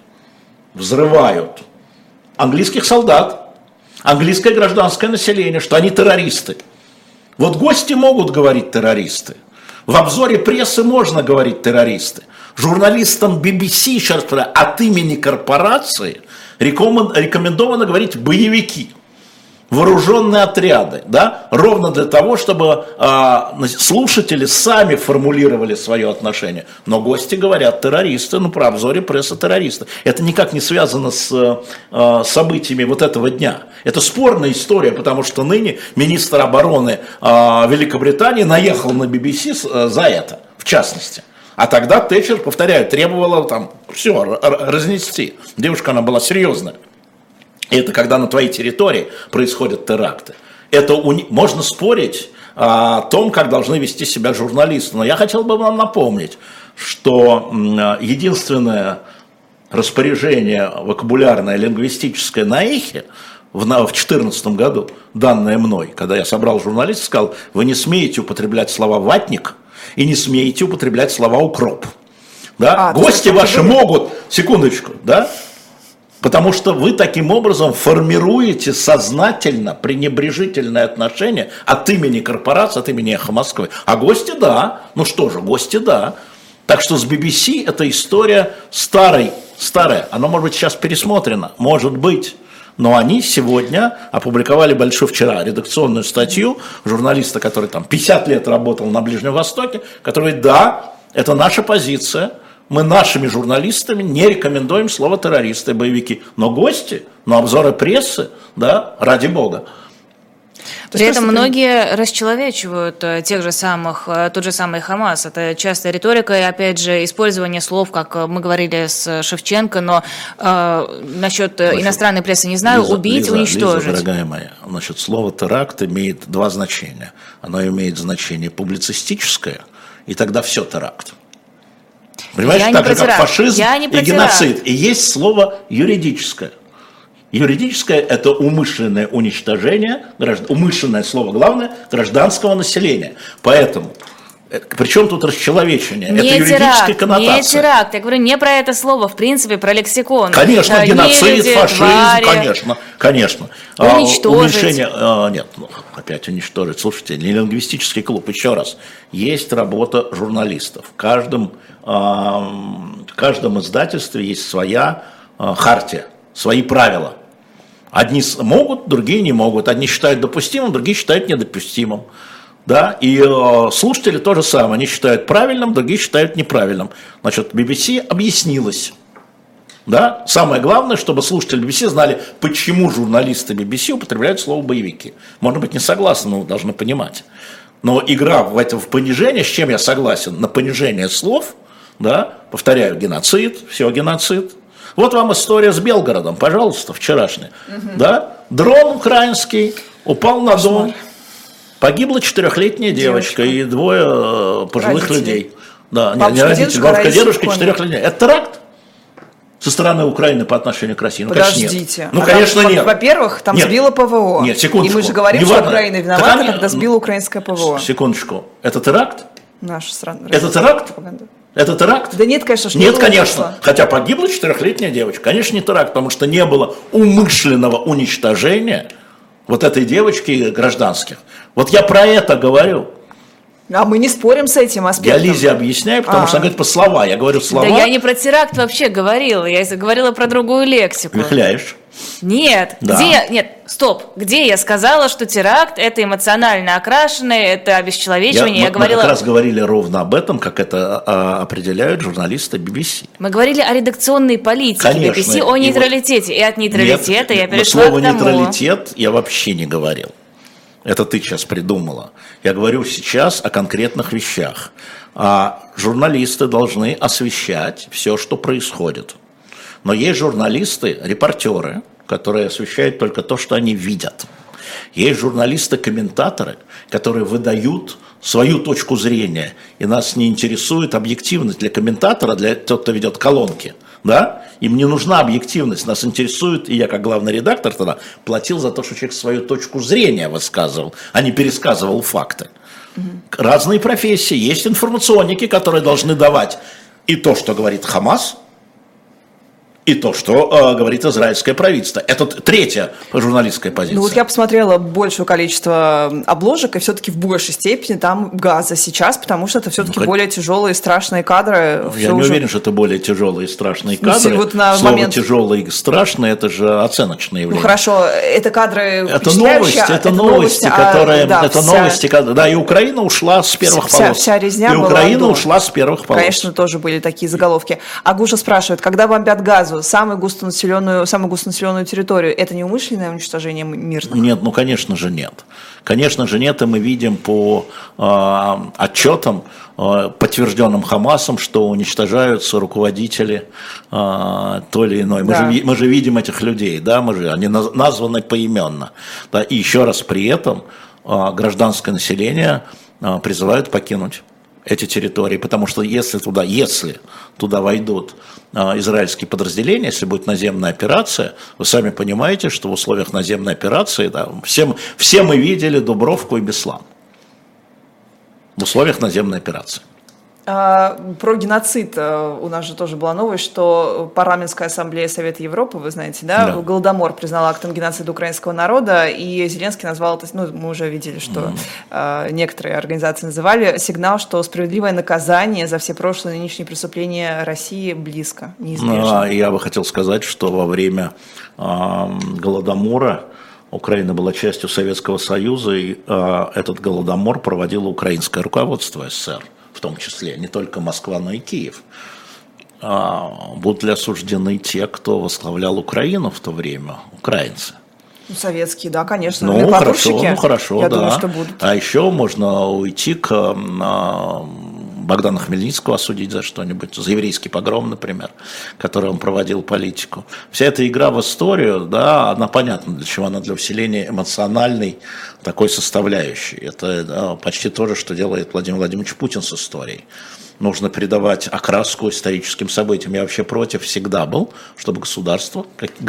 английских солдат, английское гражданское население, что они террористы. Вот гости могут говорить террористы. В обзоре прессы можно говорить террористы. Журналистам BBC, еще раз повторяю, от имени корпорации рекомендовано говорить боевики, вооруженные отряды, да? Ровно для того, чтобы слушатели сами формулировали свое отношение. Но гости говорят террористы, ну про обзоре прессы террористы. Это никак не связано с событиями вот этого дня. Это спорная история, потому что ныне министр обороны Великобритании наехал на BBC за это, в частности. А тогда Тэтчер, повторяю, требовала там все разнести. Девушка, она была серьезная. И это когда на твоей территории происходят теракты. Это можно спорить о том, как должны вести себя журналисты. Но я хотел бы вам напомнить, что единственное распоряжение вокабулярное, лингвистическое на эхе в 2014 году, данное мной, когда я собрал журналистов, сказал, вы не смеете употреблять слова «ватник» и не смеете употреблять слова «укроп». Да? Гости ваши могут, секундочку, да? Потому что вы таким образом формируете сознательно пренебрежительное отношение от имени корпорации, от имени «Эхо Москвы». А гости – да. Ну что же, гости – да. Так что с BBC эта история старая. Она, может быть, сейчас пересмотрена. Может быть. Но они сегодня опубликовали вчера редакционную статью журналиста, который там 50 лет работал на Ближнем Востоке, который говорит, да, это наша позиция. Мы нашими журналистами не рекомендуем слово террористы и боевики. Но гости, но обзоры прессы, да, ради бога. При этом многие расчеловечивают тот же самый Хамас. Это частая риторика и, опять же, использование слов, как мы говорили с Шевченко, но насчет иностранной прессы не знаю, убить, уничтожить. Лиза, дорогая моя, значит, слово теракт имеет два значения. Оно имеет значение публицистическое, и тогда все теракт. Понимаешь, так же, как фашизм и геноцид. И есть слово юридическое. Юридическое – это умышленное уничтожение, умышленное слово главное, гражданского населения. Поэтому, причем тут расчеловечение? Это юридическая коннотация. Не теракт, я говорю не про это слово, в принципе, про лексикон. Конечно, геноцид, фашизм, конечно. Уничтожить. Нет, опять уничтожить. Слушайте, не лингвистический клуб, еще раз. Есть работа журналистов. В каждом издательстве есть своя хартия, свои правила. Одни могут, другие не могут. Одни считают допустимым, другие считают недопустимым. Да? И слушатели то же самое. Они считают правильным, другие считают неправильным. Значит, BBC объяснилось. Да? Самое главное, чтобы слушатели BBC знали, почему журналисты BBC употребляют слово «боевики». Можно быть не согласны, но вы должны понимать. Но игра в понижение, с чем я согласен, на понижение слов, да? Повторяю, геноцид, все геноцид. Вот вам история с Белгородом, пожалуйста, вчерашняя. Да? Дрон украинский упал на дом. Погибла 4-летняя девочка и 2 пожилых людей. Да, не родители, бабушка, дедушка, 4-летняя. Это теракт со стороны Украины по отношению к России? Ну, подождите. Конечно, нет. Ну, конечно, нет. Во-первых, там сбило ПВО. Нет, секундочку. И мы же говорим, что Украина виновата, когда сбила украинское ПВО. Секундочку. Это теракт? Наша страна. Это теракт? Это теракт? Да нет, конечно, что нет, конечно. Хотя погибла 4-летняя девочка. Конечно, не теракт, потому что не было умышленного уничтожения вот этой девочки гражданских. Вот я про это говорю. А мы не спорим с этим аспектом. Я Лизе объясняю, потому что она говорит по слова. Я говорю слова. Да я не про теракт вообще говорила. Я говорила про другую лексику. Вихляешь. Нет, да. Где я сказала, что теракт это эмоционально окрашенное, это обесчеловечивание? Мы как раз говорили ровно об этом, как это определяют журналисты BBC. Мы говорили о редакционной политике Конечно, BBC, о нейтралитете, и от нейтралитета я перешла слово к тому. нейтралитет я вообще не говорил. Это ты сейчас придумала. Я говорю сейчас о конкретных вещах. А журналисты должны освещать все, что происходит. Но есть журналисты, репортеры, которые освещают только то, что они видят. Есть журналисты-комментаторы, которые выдают свою точку зрения. И нас не интересует объективность для комментатора, для тех, кто ведет колонки. Да? Им не нужна объективность, нас интересует, и я как главный редактор тогда платил за то, что человек свою точку зрения высказывал, а не пересказывал факты. Разные профессии, есть информационники, которые должны давать и то, что говорит Хамас, и то, что говорит израильское правительство. Это третья журналистская позиция. Ну вот я посмотрела большее количество обложек, и все-таки в большей степени там Газа сейчас, потому что это все-таки более тяжелые и страшные кадры. Я не уверен, что это более тяжелые и страшные кадры. Вот на слово момент... тяжелые и страшные, это же оценочное явление. Ну хорошо, это кадры впечатляющие. Это новости, которые... Да, это новости, да, и Украина ушла с первых полос. Вся резня и Украина ушла с первых полос. Конечно, тоже были такие заголовки. Агуша спрашивает, когда бомбят Газу, самую густонаселенную территорию, это неумышленное уничтожение мирных? Нет, ну конечно же нет. Конечно же нет, и мы видим по отчетам, подтвержденным Хамасом, что уничтожаются руководители то или иное. Да. Мы же видим этих людей, да, они названы поименно. Да, и еще раз при этом гражданское население призывают покинуть эти территории, потому что если туда войдут израильские подразделения, если будет наземная операция, вы сами понимаете, что в условиях наземной операции, да, все мы видели Дубровку и Беслан в условиях наземной операции. Про геноцид у нас же тоже была новость, что парламентская ассамблея Совета Европы, вы знаете, да, Голодомор признала актом геноцида украинского народа, и Зеленский назвал это, ну, мы уже видели, что некоторые организации называли, сигнал, что справедливое наказание за все прошлые и нынешние преступления России близко, неизбежно. Я бы хотел сказать, что во время Голодомора Украина была частью Советского Союза, и этот Голодомор проводило украинское руководство СССР. В том числе, не только Москва, но и Киев. Будут ли осуждены те, кто возглавлял Украину в то время, украинцы? Советские, да, конечно. Ну, хорошо, я да. думаю, что будут. А еще можно уйти к Богдана Хмельницкого, осудить за что-нибудь, за еврейский погром, например, который он проводил политику. Вся эта игра в историю, да, она понятна, для чего она, для усиления эмоциональной такой составляющей. Это почти то же, что делает Владимир Владимирович Путин с историей. Нужно придавать окраску историческим событиям. Я вообще против всегда был, чтобы государства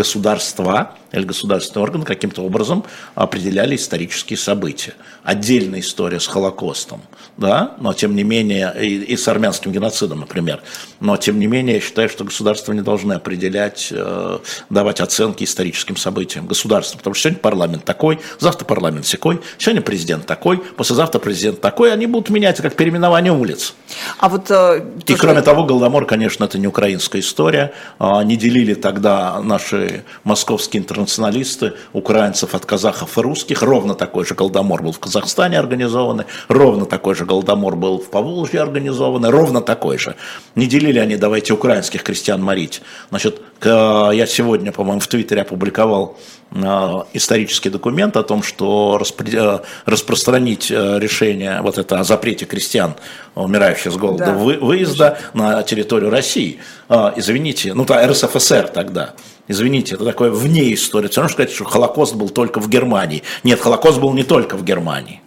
или государственные органы каким-то образом определяли исторические события. Отдельная история с Холокостом, да, но тем не менее, и с армянским геноцидом, например, но тем не менее я считаю, что государства не должны определять, давать оценки историческим событиям. Государство, потому что сегодня парламент такой, завтра парламент сякой, сегодня президент такой, послезавтра президент такой, они будут менять, как переименование улиц. А вот И кроме того, Голодомор, конечно, это не украинская история. Не делили тогда наши московские интернационалисты украинцев от казахов и русских. Ровно такой же Голодомор был в Казахстане организованный, ровно такой же Голодомор был в Поволжье организованный, ровно такой же. Не делили они, давайте украинских крестьян морить. Значит, я сегодня, по-моему, в Твиттере опубликовал исторический документ о том, что распространить решение вот это о запрете крестьян, умирающих с голода, выезда на территорию России. Извините, РСФСР тогда. Извините, это такое вне истории. Все равно сказать, что Холокост был только в Германии. Нет, Холокост был не только в Германии.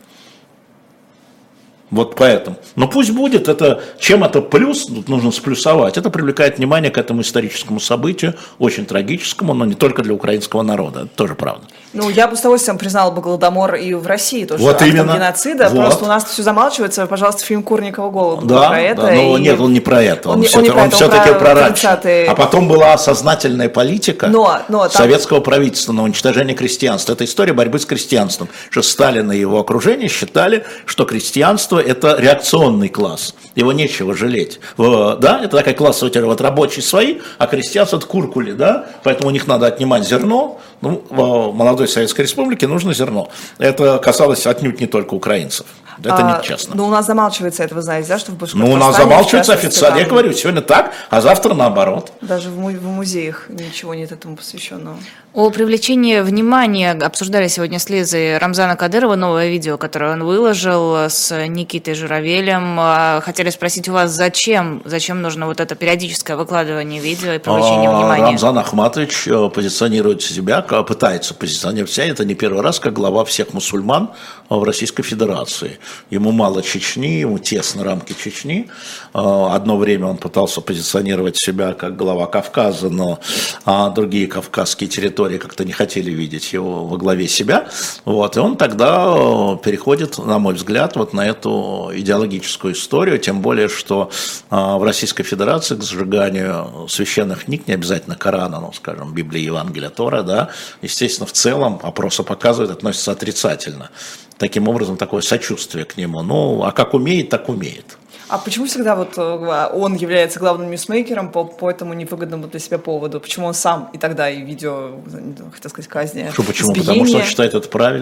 Вот поэтому. Но пусть будет, чем это плюс, тут нужно сплюсовать, это привлекает внимание к этому историческому событию, очень трагическому, но не только для украинского народа, это тоже правда. Я бы с удовольствием признала бы Голодомор и в России, тоже вот актом именно. Геноцида, просто у нас все замалчивается, пожалуйста, фильм Курникова «Голод» был про это. Да, но нет, он не про это, он все-таки про раньше. А потом была сознательная политика советского правительства на уничтожение крестьянства. Это история борьбы с крестьянством, что Сталин и его окружение считали, что крестьянство это реакционный класс, его нечего жалеть. Да, это такая классовая теория, вот рабочие свои, а крестьянство это куркули, да, поэтому у них надо отнимать зерно, в молодой Советской Республике нужно зерно. Это касалось отнюдь не только украинцев. Это нечестно. У нас замалчивается это, вы знаете, да, что в Башкортостане... у нас замалчивается официально. Я говорю, сегодня так, а завтра наоборот. Даже в музеях ничего нет этому посвященного. О привлечении внимания обсуждали сегодня с Лизой Рамзана Кадырова новое видео, которое он выложил с Никитой Журавелем. Хотели спросить у вас, зачем нужно вот это периодическое выкладывание видео и привлечение внимания? Рамзан Ахматович позиционирует себя, пытается позиционировать себя, это не первый раз, как глава всех мусульман в Российской Федерации. Ему мало Чечни, ему тесно рамки Чечни. Одно время он пытался позиционировать себя как глава Кавказа, но другие кавказские территории как-то не хотели видеть его во главе себя. И он тогда переходит, на мой взгляд, вот на эту идеологическую историю, тем более, что в Российской Федерации к сжиганию священных книг, не обязательно Корана, скажем, Библии, Евангелия, Тора, да, естественно, в целом, опросы показывают, относятся отрицательно. Таким образом, такое сочувствие к нему. А как умеет, так умеет. А почему всегда он является главным ньюсмейкером по этому невыгодному для себя поводу? Почему он сам и тогда и видео, хотел сказать, казни? Почему? Потому что он считает это правильно.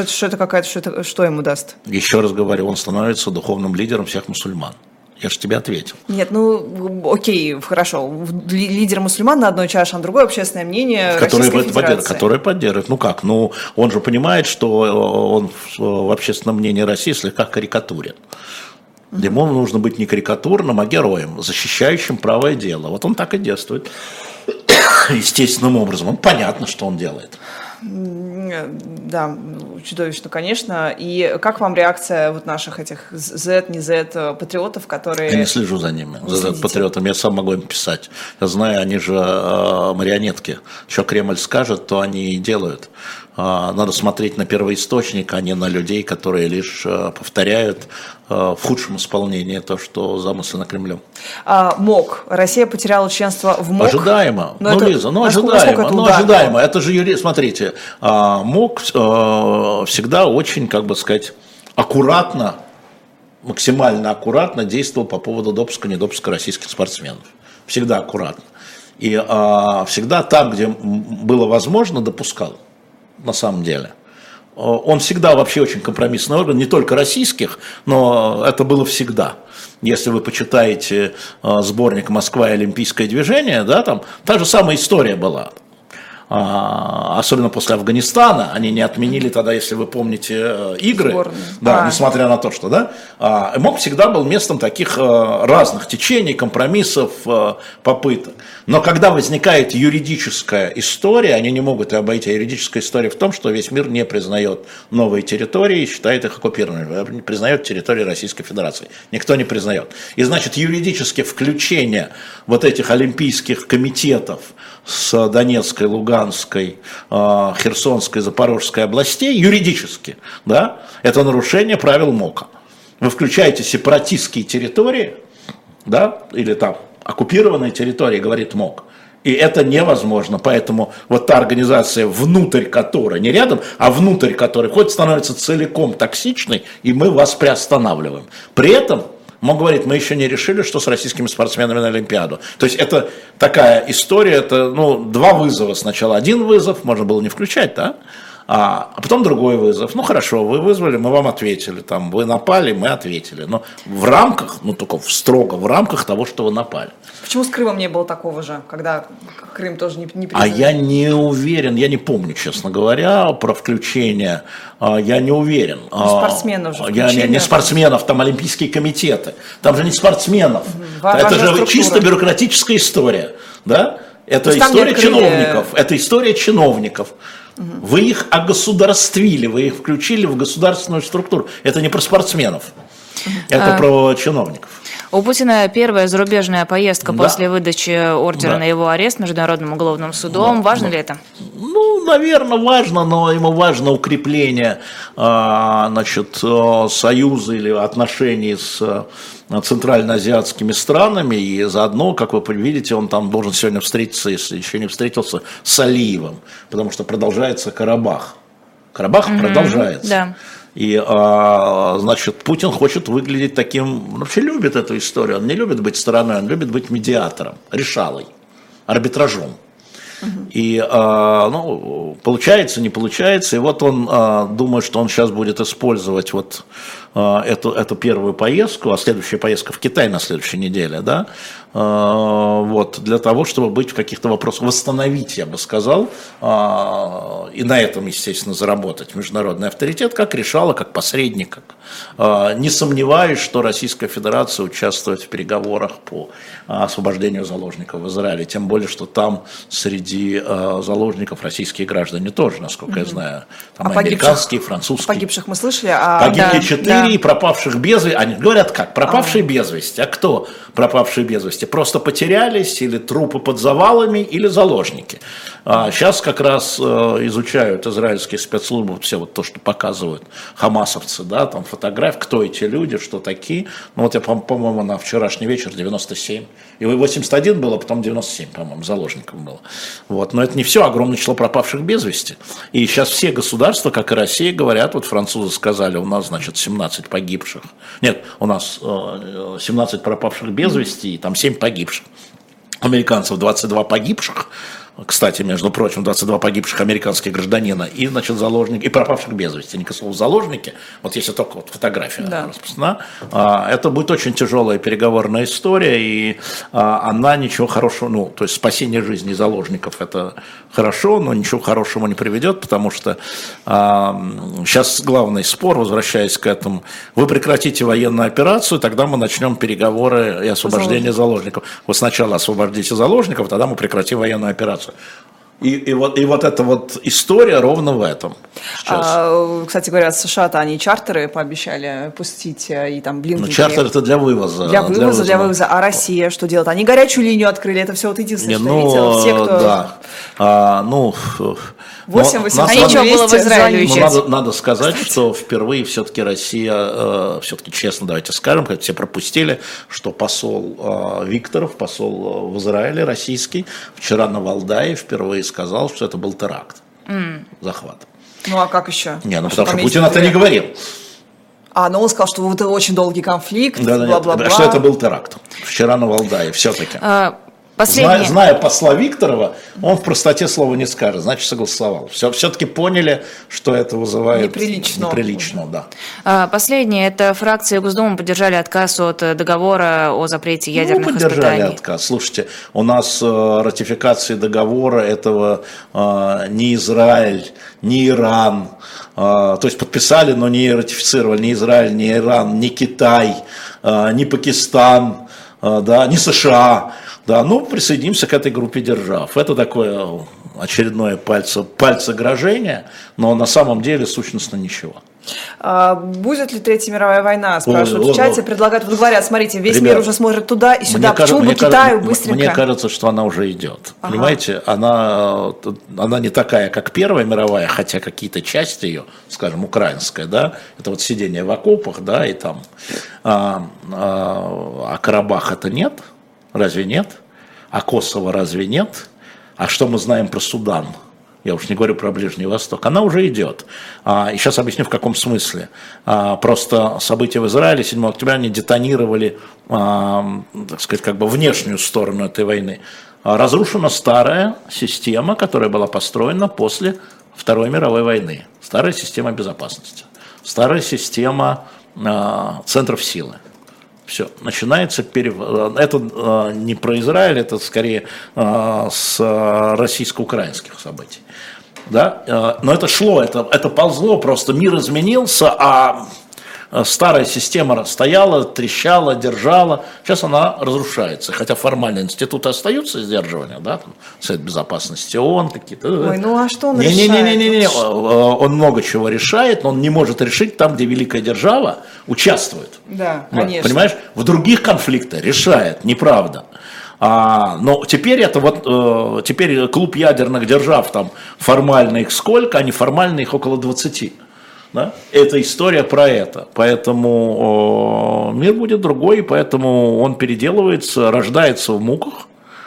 Что ему даст? Еще раз говорю, он становится духовным лидером всех мусульман. Я же тебе ответил. Нет, окей, хорошо. Лидер мусульман на одной чаше, а на другое общественное мнение Российской Федерации. Которое поддерживает. Он же понимает, что он в общественном мнении России слегка карикатурен. Ему нужно быть не карикатурным, а героем, защищающим правое дело. Вот он так и действует. Естественным образом. Понятно, что он делает. Да, чудовищно, конечно. И как вам реакция наших этих Z, не Z, патриотов, которые... Я не слежу за ними, за патриотами. Я сам могу им писать. Я знаю, они же марионетки. Что Кремль скажет, то они и делают. Надо смотреть на первоисточник, а не на людей, которые лишь повторяют в худшем исполнении то, что замыслено Кремлем. МОК. Россия потеряла членство в МОК. Ожидаемо. Лиза, ожидаемо. Это же, смотрите, МОК всегда очень, аккуратно, максимально аккуратно действовал по поводу допуска-недопуска российских спортсменов. Всегда аккуратно. И всегда там, где было возможно, допускал. На самом деле. Он всегда вообще очень компромиссный орган, не только российских, но это было всегда. Если вы почитаете сборник «Москва и олимпийское движение», да, там та же самая история была. Особенно после Афганистана, они не отменили тогда, если вы помните, игры, несмотря на то, что, МОК всегда был местом таких разных течений, компромиссов, попыток. Но когда возникает юридическая история, они не могут обойти. А юридическая история в том, что весь мир не признает новые территории и считает их оккупированными, признает территории Российской Федерации. Никто не признает. И значит, юридически включение вот этих олимпийских комитетов с Донецкой, Луганской, Херсонской, Запорожской областей юридически, это нарушение правил МОКа. Вы включаете сепаратистские территории, или там оккупированные территории, говорит МОК. И это невозможно, поэтому вот та организация, внутрь которой, не рядом, а внутрь которой становится целиком токсичной, и мы вас приостанавливаем. При этом Он говорит, мы еще не решили, что с российскими спортсменами на Олимпиаду. То есть это такая история, это два вызова сначала. Один вызов, можно было не включать, да? А потом другой вызов. Ну хорошо, вы вызвали, мы вам ответили. Там, вы напали, мы ответили. Но в рамках, только строго в рамках того, что вы напали. Почему с Крымом не было такого же, когда Крым тоже не признан? А я не уверен, я не помню, честно говоря, про включение. Я не уверен. Спортсменов же включили. Не спортсменов, там олимпийские комитеты. Там же не спортсменов. Это же структура. Чисто бюрократическая история. Да? Это история чиновников. Это история чиновников. Вы их огосударствили, вы их включили в государственную структуру. Это не про спортсменов, это про чиновников. У Путина первая зарубежная поездка после выдачи ордера на его арест Международным уголовным судом. Важно ли это? Наверное, важно, но ему важно укрепление союза или отношений с центральноазиатскими странами, и заодно, как вы видите, он там должен сегодня встретиться, если еще не встретился, с Алиевым, потому что продолжается Карабах. Карабах продолжается. Да. И, Путин хочет выглядеть таким, он вообще любит эту историю, он не любит быть стороной, он любит быть медиатором, решалой, арбитражом. И, получается, не получается, и вот он думает, что он сейчас будет использовать эту первую поездку, а следующая поездка в Китай на следующей неделе, да, для того, чтобы быть в каких-то вопросах, восстановить, я бы сказал, и на этом, естественно, заработать международный авторитет, как решала, как посредник. Не сомневаюсь, что Российская Федерация участвует в переговорах по освобождению заложников в Израиле, тем более, что там среди заложников российские граждане тоже, насколько я знаю, там американские, французские. Погибших мы слышали? Погибли 4, и пропавших без вести. Они говорят как? Пропавшие без вести. А кто пропавшие без вести? Просто потерялись, или трупы под завалами, или заложники. Сейчас как раз изучают израильские спецслужбы все то, что показывают хамасовцы, да, там фотографии, кто эти люди, что такие. Я, по-моему, на вчерашний вечер 97. И 81 было, потом 97, по-моему, заложников было. Но это не все, огромное число пропавших без вести. И сейчас все государства, как и Россия, говорят, французы сказали, у нас, 17 погибших. Нет, у нас 17 пропавших без вести, и там 7 погибших. Американцев 22 погибших. Кстати, между прочим, 22 погибших американских гражданина и, заложники, и пропавших без вести. Не к слову, заложники, если только фотография распространена, это будет очень тяжелая переговорная история, и она ничего хорошего, то есть спасение жизни заложников это хорошо, но ничего хорошего не приведет, потому что сейчас главный спор, возвращаясь к этому, вы прекратите военную операцию, тогда мы начнем переговоры и освобождение заложников. Вы сначала освободите заложников, тогда мы прекратим военную операцию. И эта история ровно в этом. Кстати говоря, США-то они чартеры пообещали пустить, и там Блинкен. Чартер это для вывоза. Для вывоза. А Россия что делает? Они горячую линию открыли, это все единственное, что я видела. Все, кто... Да. 8-800 ничего было в Израиле уезжать. Надо сказать, что впервые все-таки Россия, все-таки честно, давайте скажем, как все пропустили, что посол Викторов, посол в Израиле российский, вчера на Валдае впервые сказал, что это был теракт, захват. А как еще? Потому что Путин это не говорил. Но он сказал, что это очень долгий конфликт, бла-бла-бла. Что это был теракт. Вчера на Валдае все-таки. Зная посла Викторова, он в простоте слова не скажет, значит согласовал. Все-таки поняли, что это вызывает неприлично, да. Последнее, это фракции Госдумы поддержали отказ от договора о запрете ядерных поддержали испытаний. Отказ. Слушайте, у нас ратификации договора этого ни Израиль, ни Иран, то есть подписали, но не ратифицировали ни Израиль, ни Иран, ни Китай, ни Пакистан, ни США. Присоединимся к этой группе держав. Это такое очередное пальцегрожение, но на самом деле сущностно ничего. Будет ли Третья мировая война? Спрашивают в чате, предлагают. Говорят, смотрите, весь мир уже смотрит туда и сюда. Почему бы Китаю быстренько? Мне кажется, что она уже идет. Понимаете, она не такая, как Первая мировая, хотя какие-то части ее, скажем, украинская, да, это сидение в окопах, да, и там. А Карабах это нет? Разве нет? А Косово разве нет? А что мы знаем про Судан? я уж не говорю про Ближний Восток, она уже идет. И сейчас объясню, в каком смысле. Просто события в Израиле 7 октября они детонировали, так сказать, как бы внешнюю сторону этой войны. Разрушена старая система, которая была построена после Второй мировой войны. Старая система безопасности, старая система центров силы. Все, начинается это не про Израиль, это скорее с российско-украинских событий. Да? Но это шло, это ползло, просто мир изменился, а старая система стояла, трещала, держала. Сейчас она разрушается. Хотя формально институты остаются сдерживания, да, там, Совет Безопасности ООН какие-то. Ой, ну а что он решает? Не. Он много чего решает, но он не может решить там, где великая держава участвует. Да, вот, конечно. Понимаешь, в других конфликтах решает, неправда. Но теперь это вот, теперь клуб ядерных держав, там формально их сколько, а неформально их около 20. Да? Это история про это. Поэтому мир будет другой, поэтому он переделывается, рождается в муках,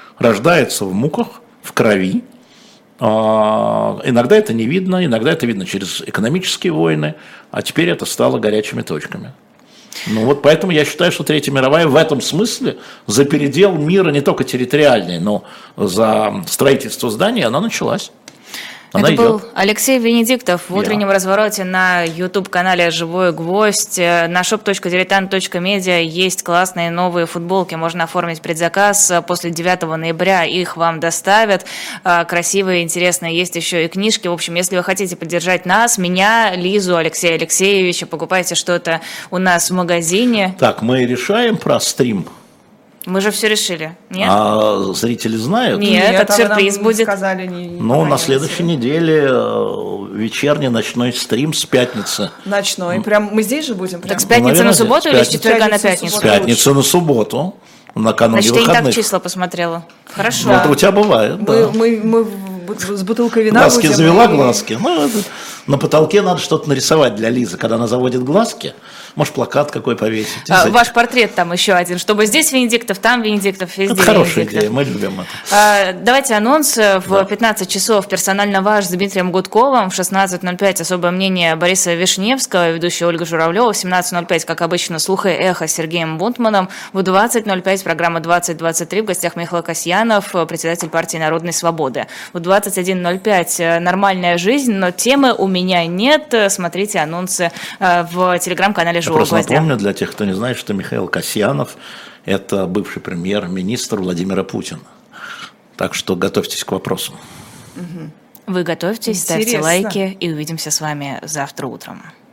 в крови. Иногда это не видно, иногда это видно через экономические войны, а теперь это стало горячими точками. Ну вот поэтому я считаю, что Третья мировая в этом смысле за передел мира не только территориальный, но за строительство зданий она началась. Это был Алексей Венедиктов в утреннем развороте на YouTube-канале «Живой гвоздь». На shop.diletant.media есть классные новые футболки. Можно оформить предзаказ. После 9 ноября их вам доставят. Красивые, интересные. Есть еще и книжки. В общем, если вы хотите поддержать нас, меня, Лизу, Алексея Алексеевича, покупайте что-то у нас в магазине. Так, мы решаем про стрим. Мы же все решили, нет? А зрители знают? Нет, это сюрприз будет. Сказали, на следующей неделе вечерний ночной стрим с пятницы. Ночной. Прям мы здесь же будем? Так с пятницы на субботу или с четверга на пятницу? С пятницы на субботу. Накануне выходных. Значит, я не так числа посмотрела. Хорошо. Это у тебя бывает. Мы с бутылкой вина глазки будем. Завела глазки. На потолке надо что-то нарисовать для Лизы, когда она заводит глазки. Может, плакат какой повесить. Ваш портрет там еще один, чтобы здесь Венедиктов, там Венедиктов, везде это хорошая Венедиктов. идея, мы любим это. Давайте анонс. В 15 часов персонально ваш с Дмитрием Гудковым. В 16:05 особое мнение Бориса Вишневского, ведущая Ольга Журавлева. В 17:05, как обычно, слух и эхо с Сергеем Бунтманом. В 20:05 программа 2023. В гостях Михаил Касьянов, председатель партии Народной Свободы. В 21:05 нормальная жизнь, но темы у меня нет. Смотрите анонсы в телеграм-канале Я просто напомню для тех, кто не знает, что Михаил Касьянов – это бывший премьер-министр Владимира Путина. Так что готовьтесь к вопросам. Вы готовьтесь, ставьте лайки и увидимся с вами завтра утром.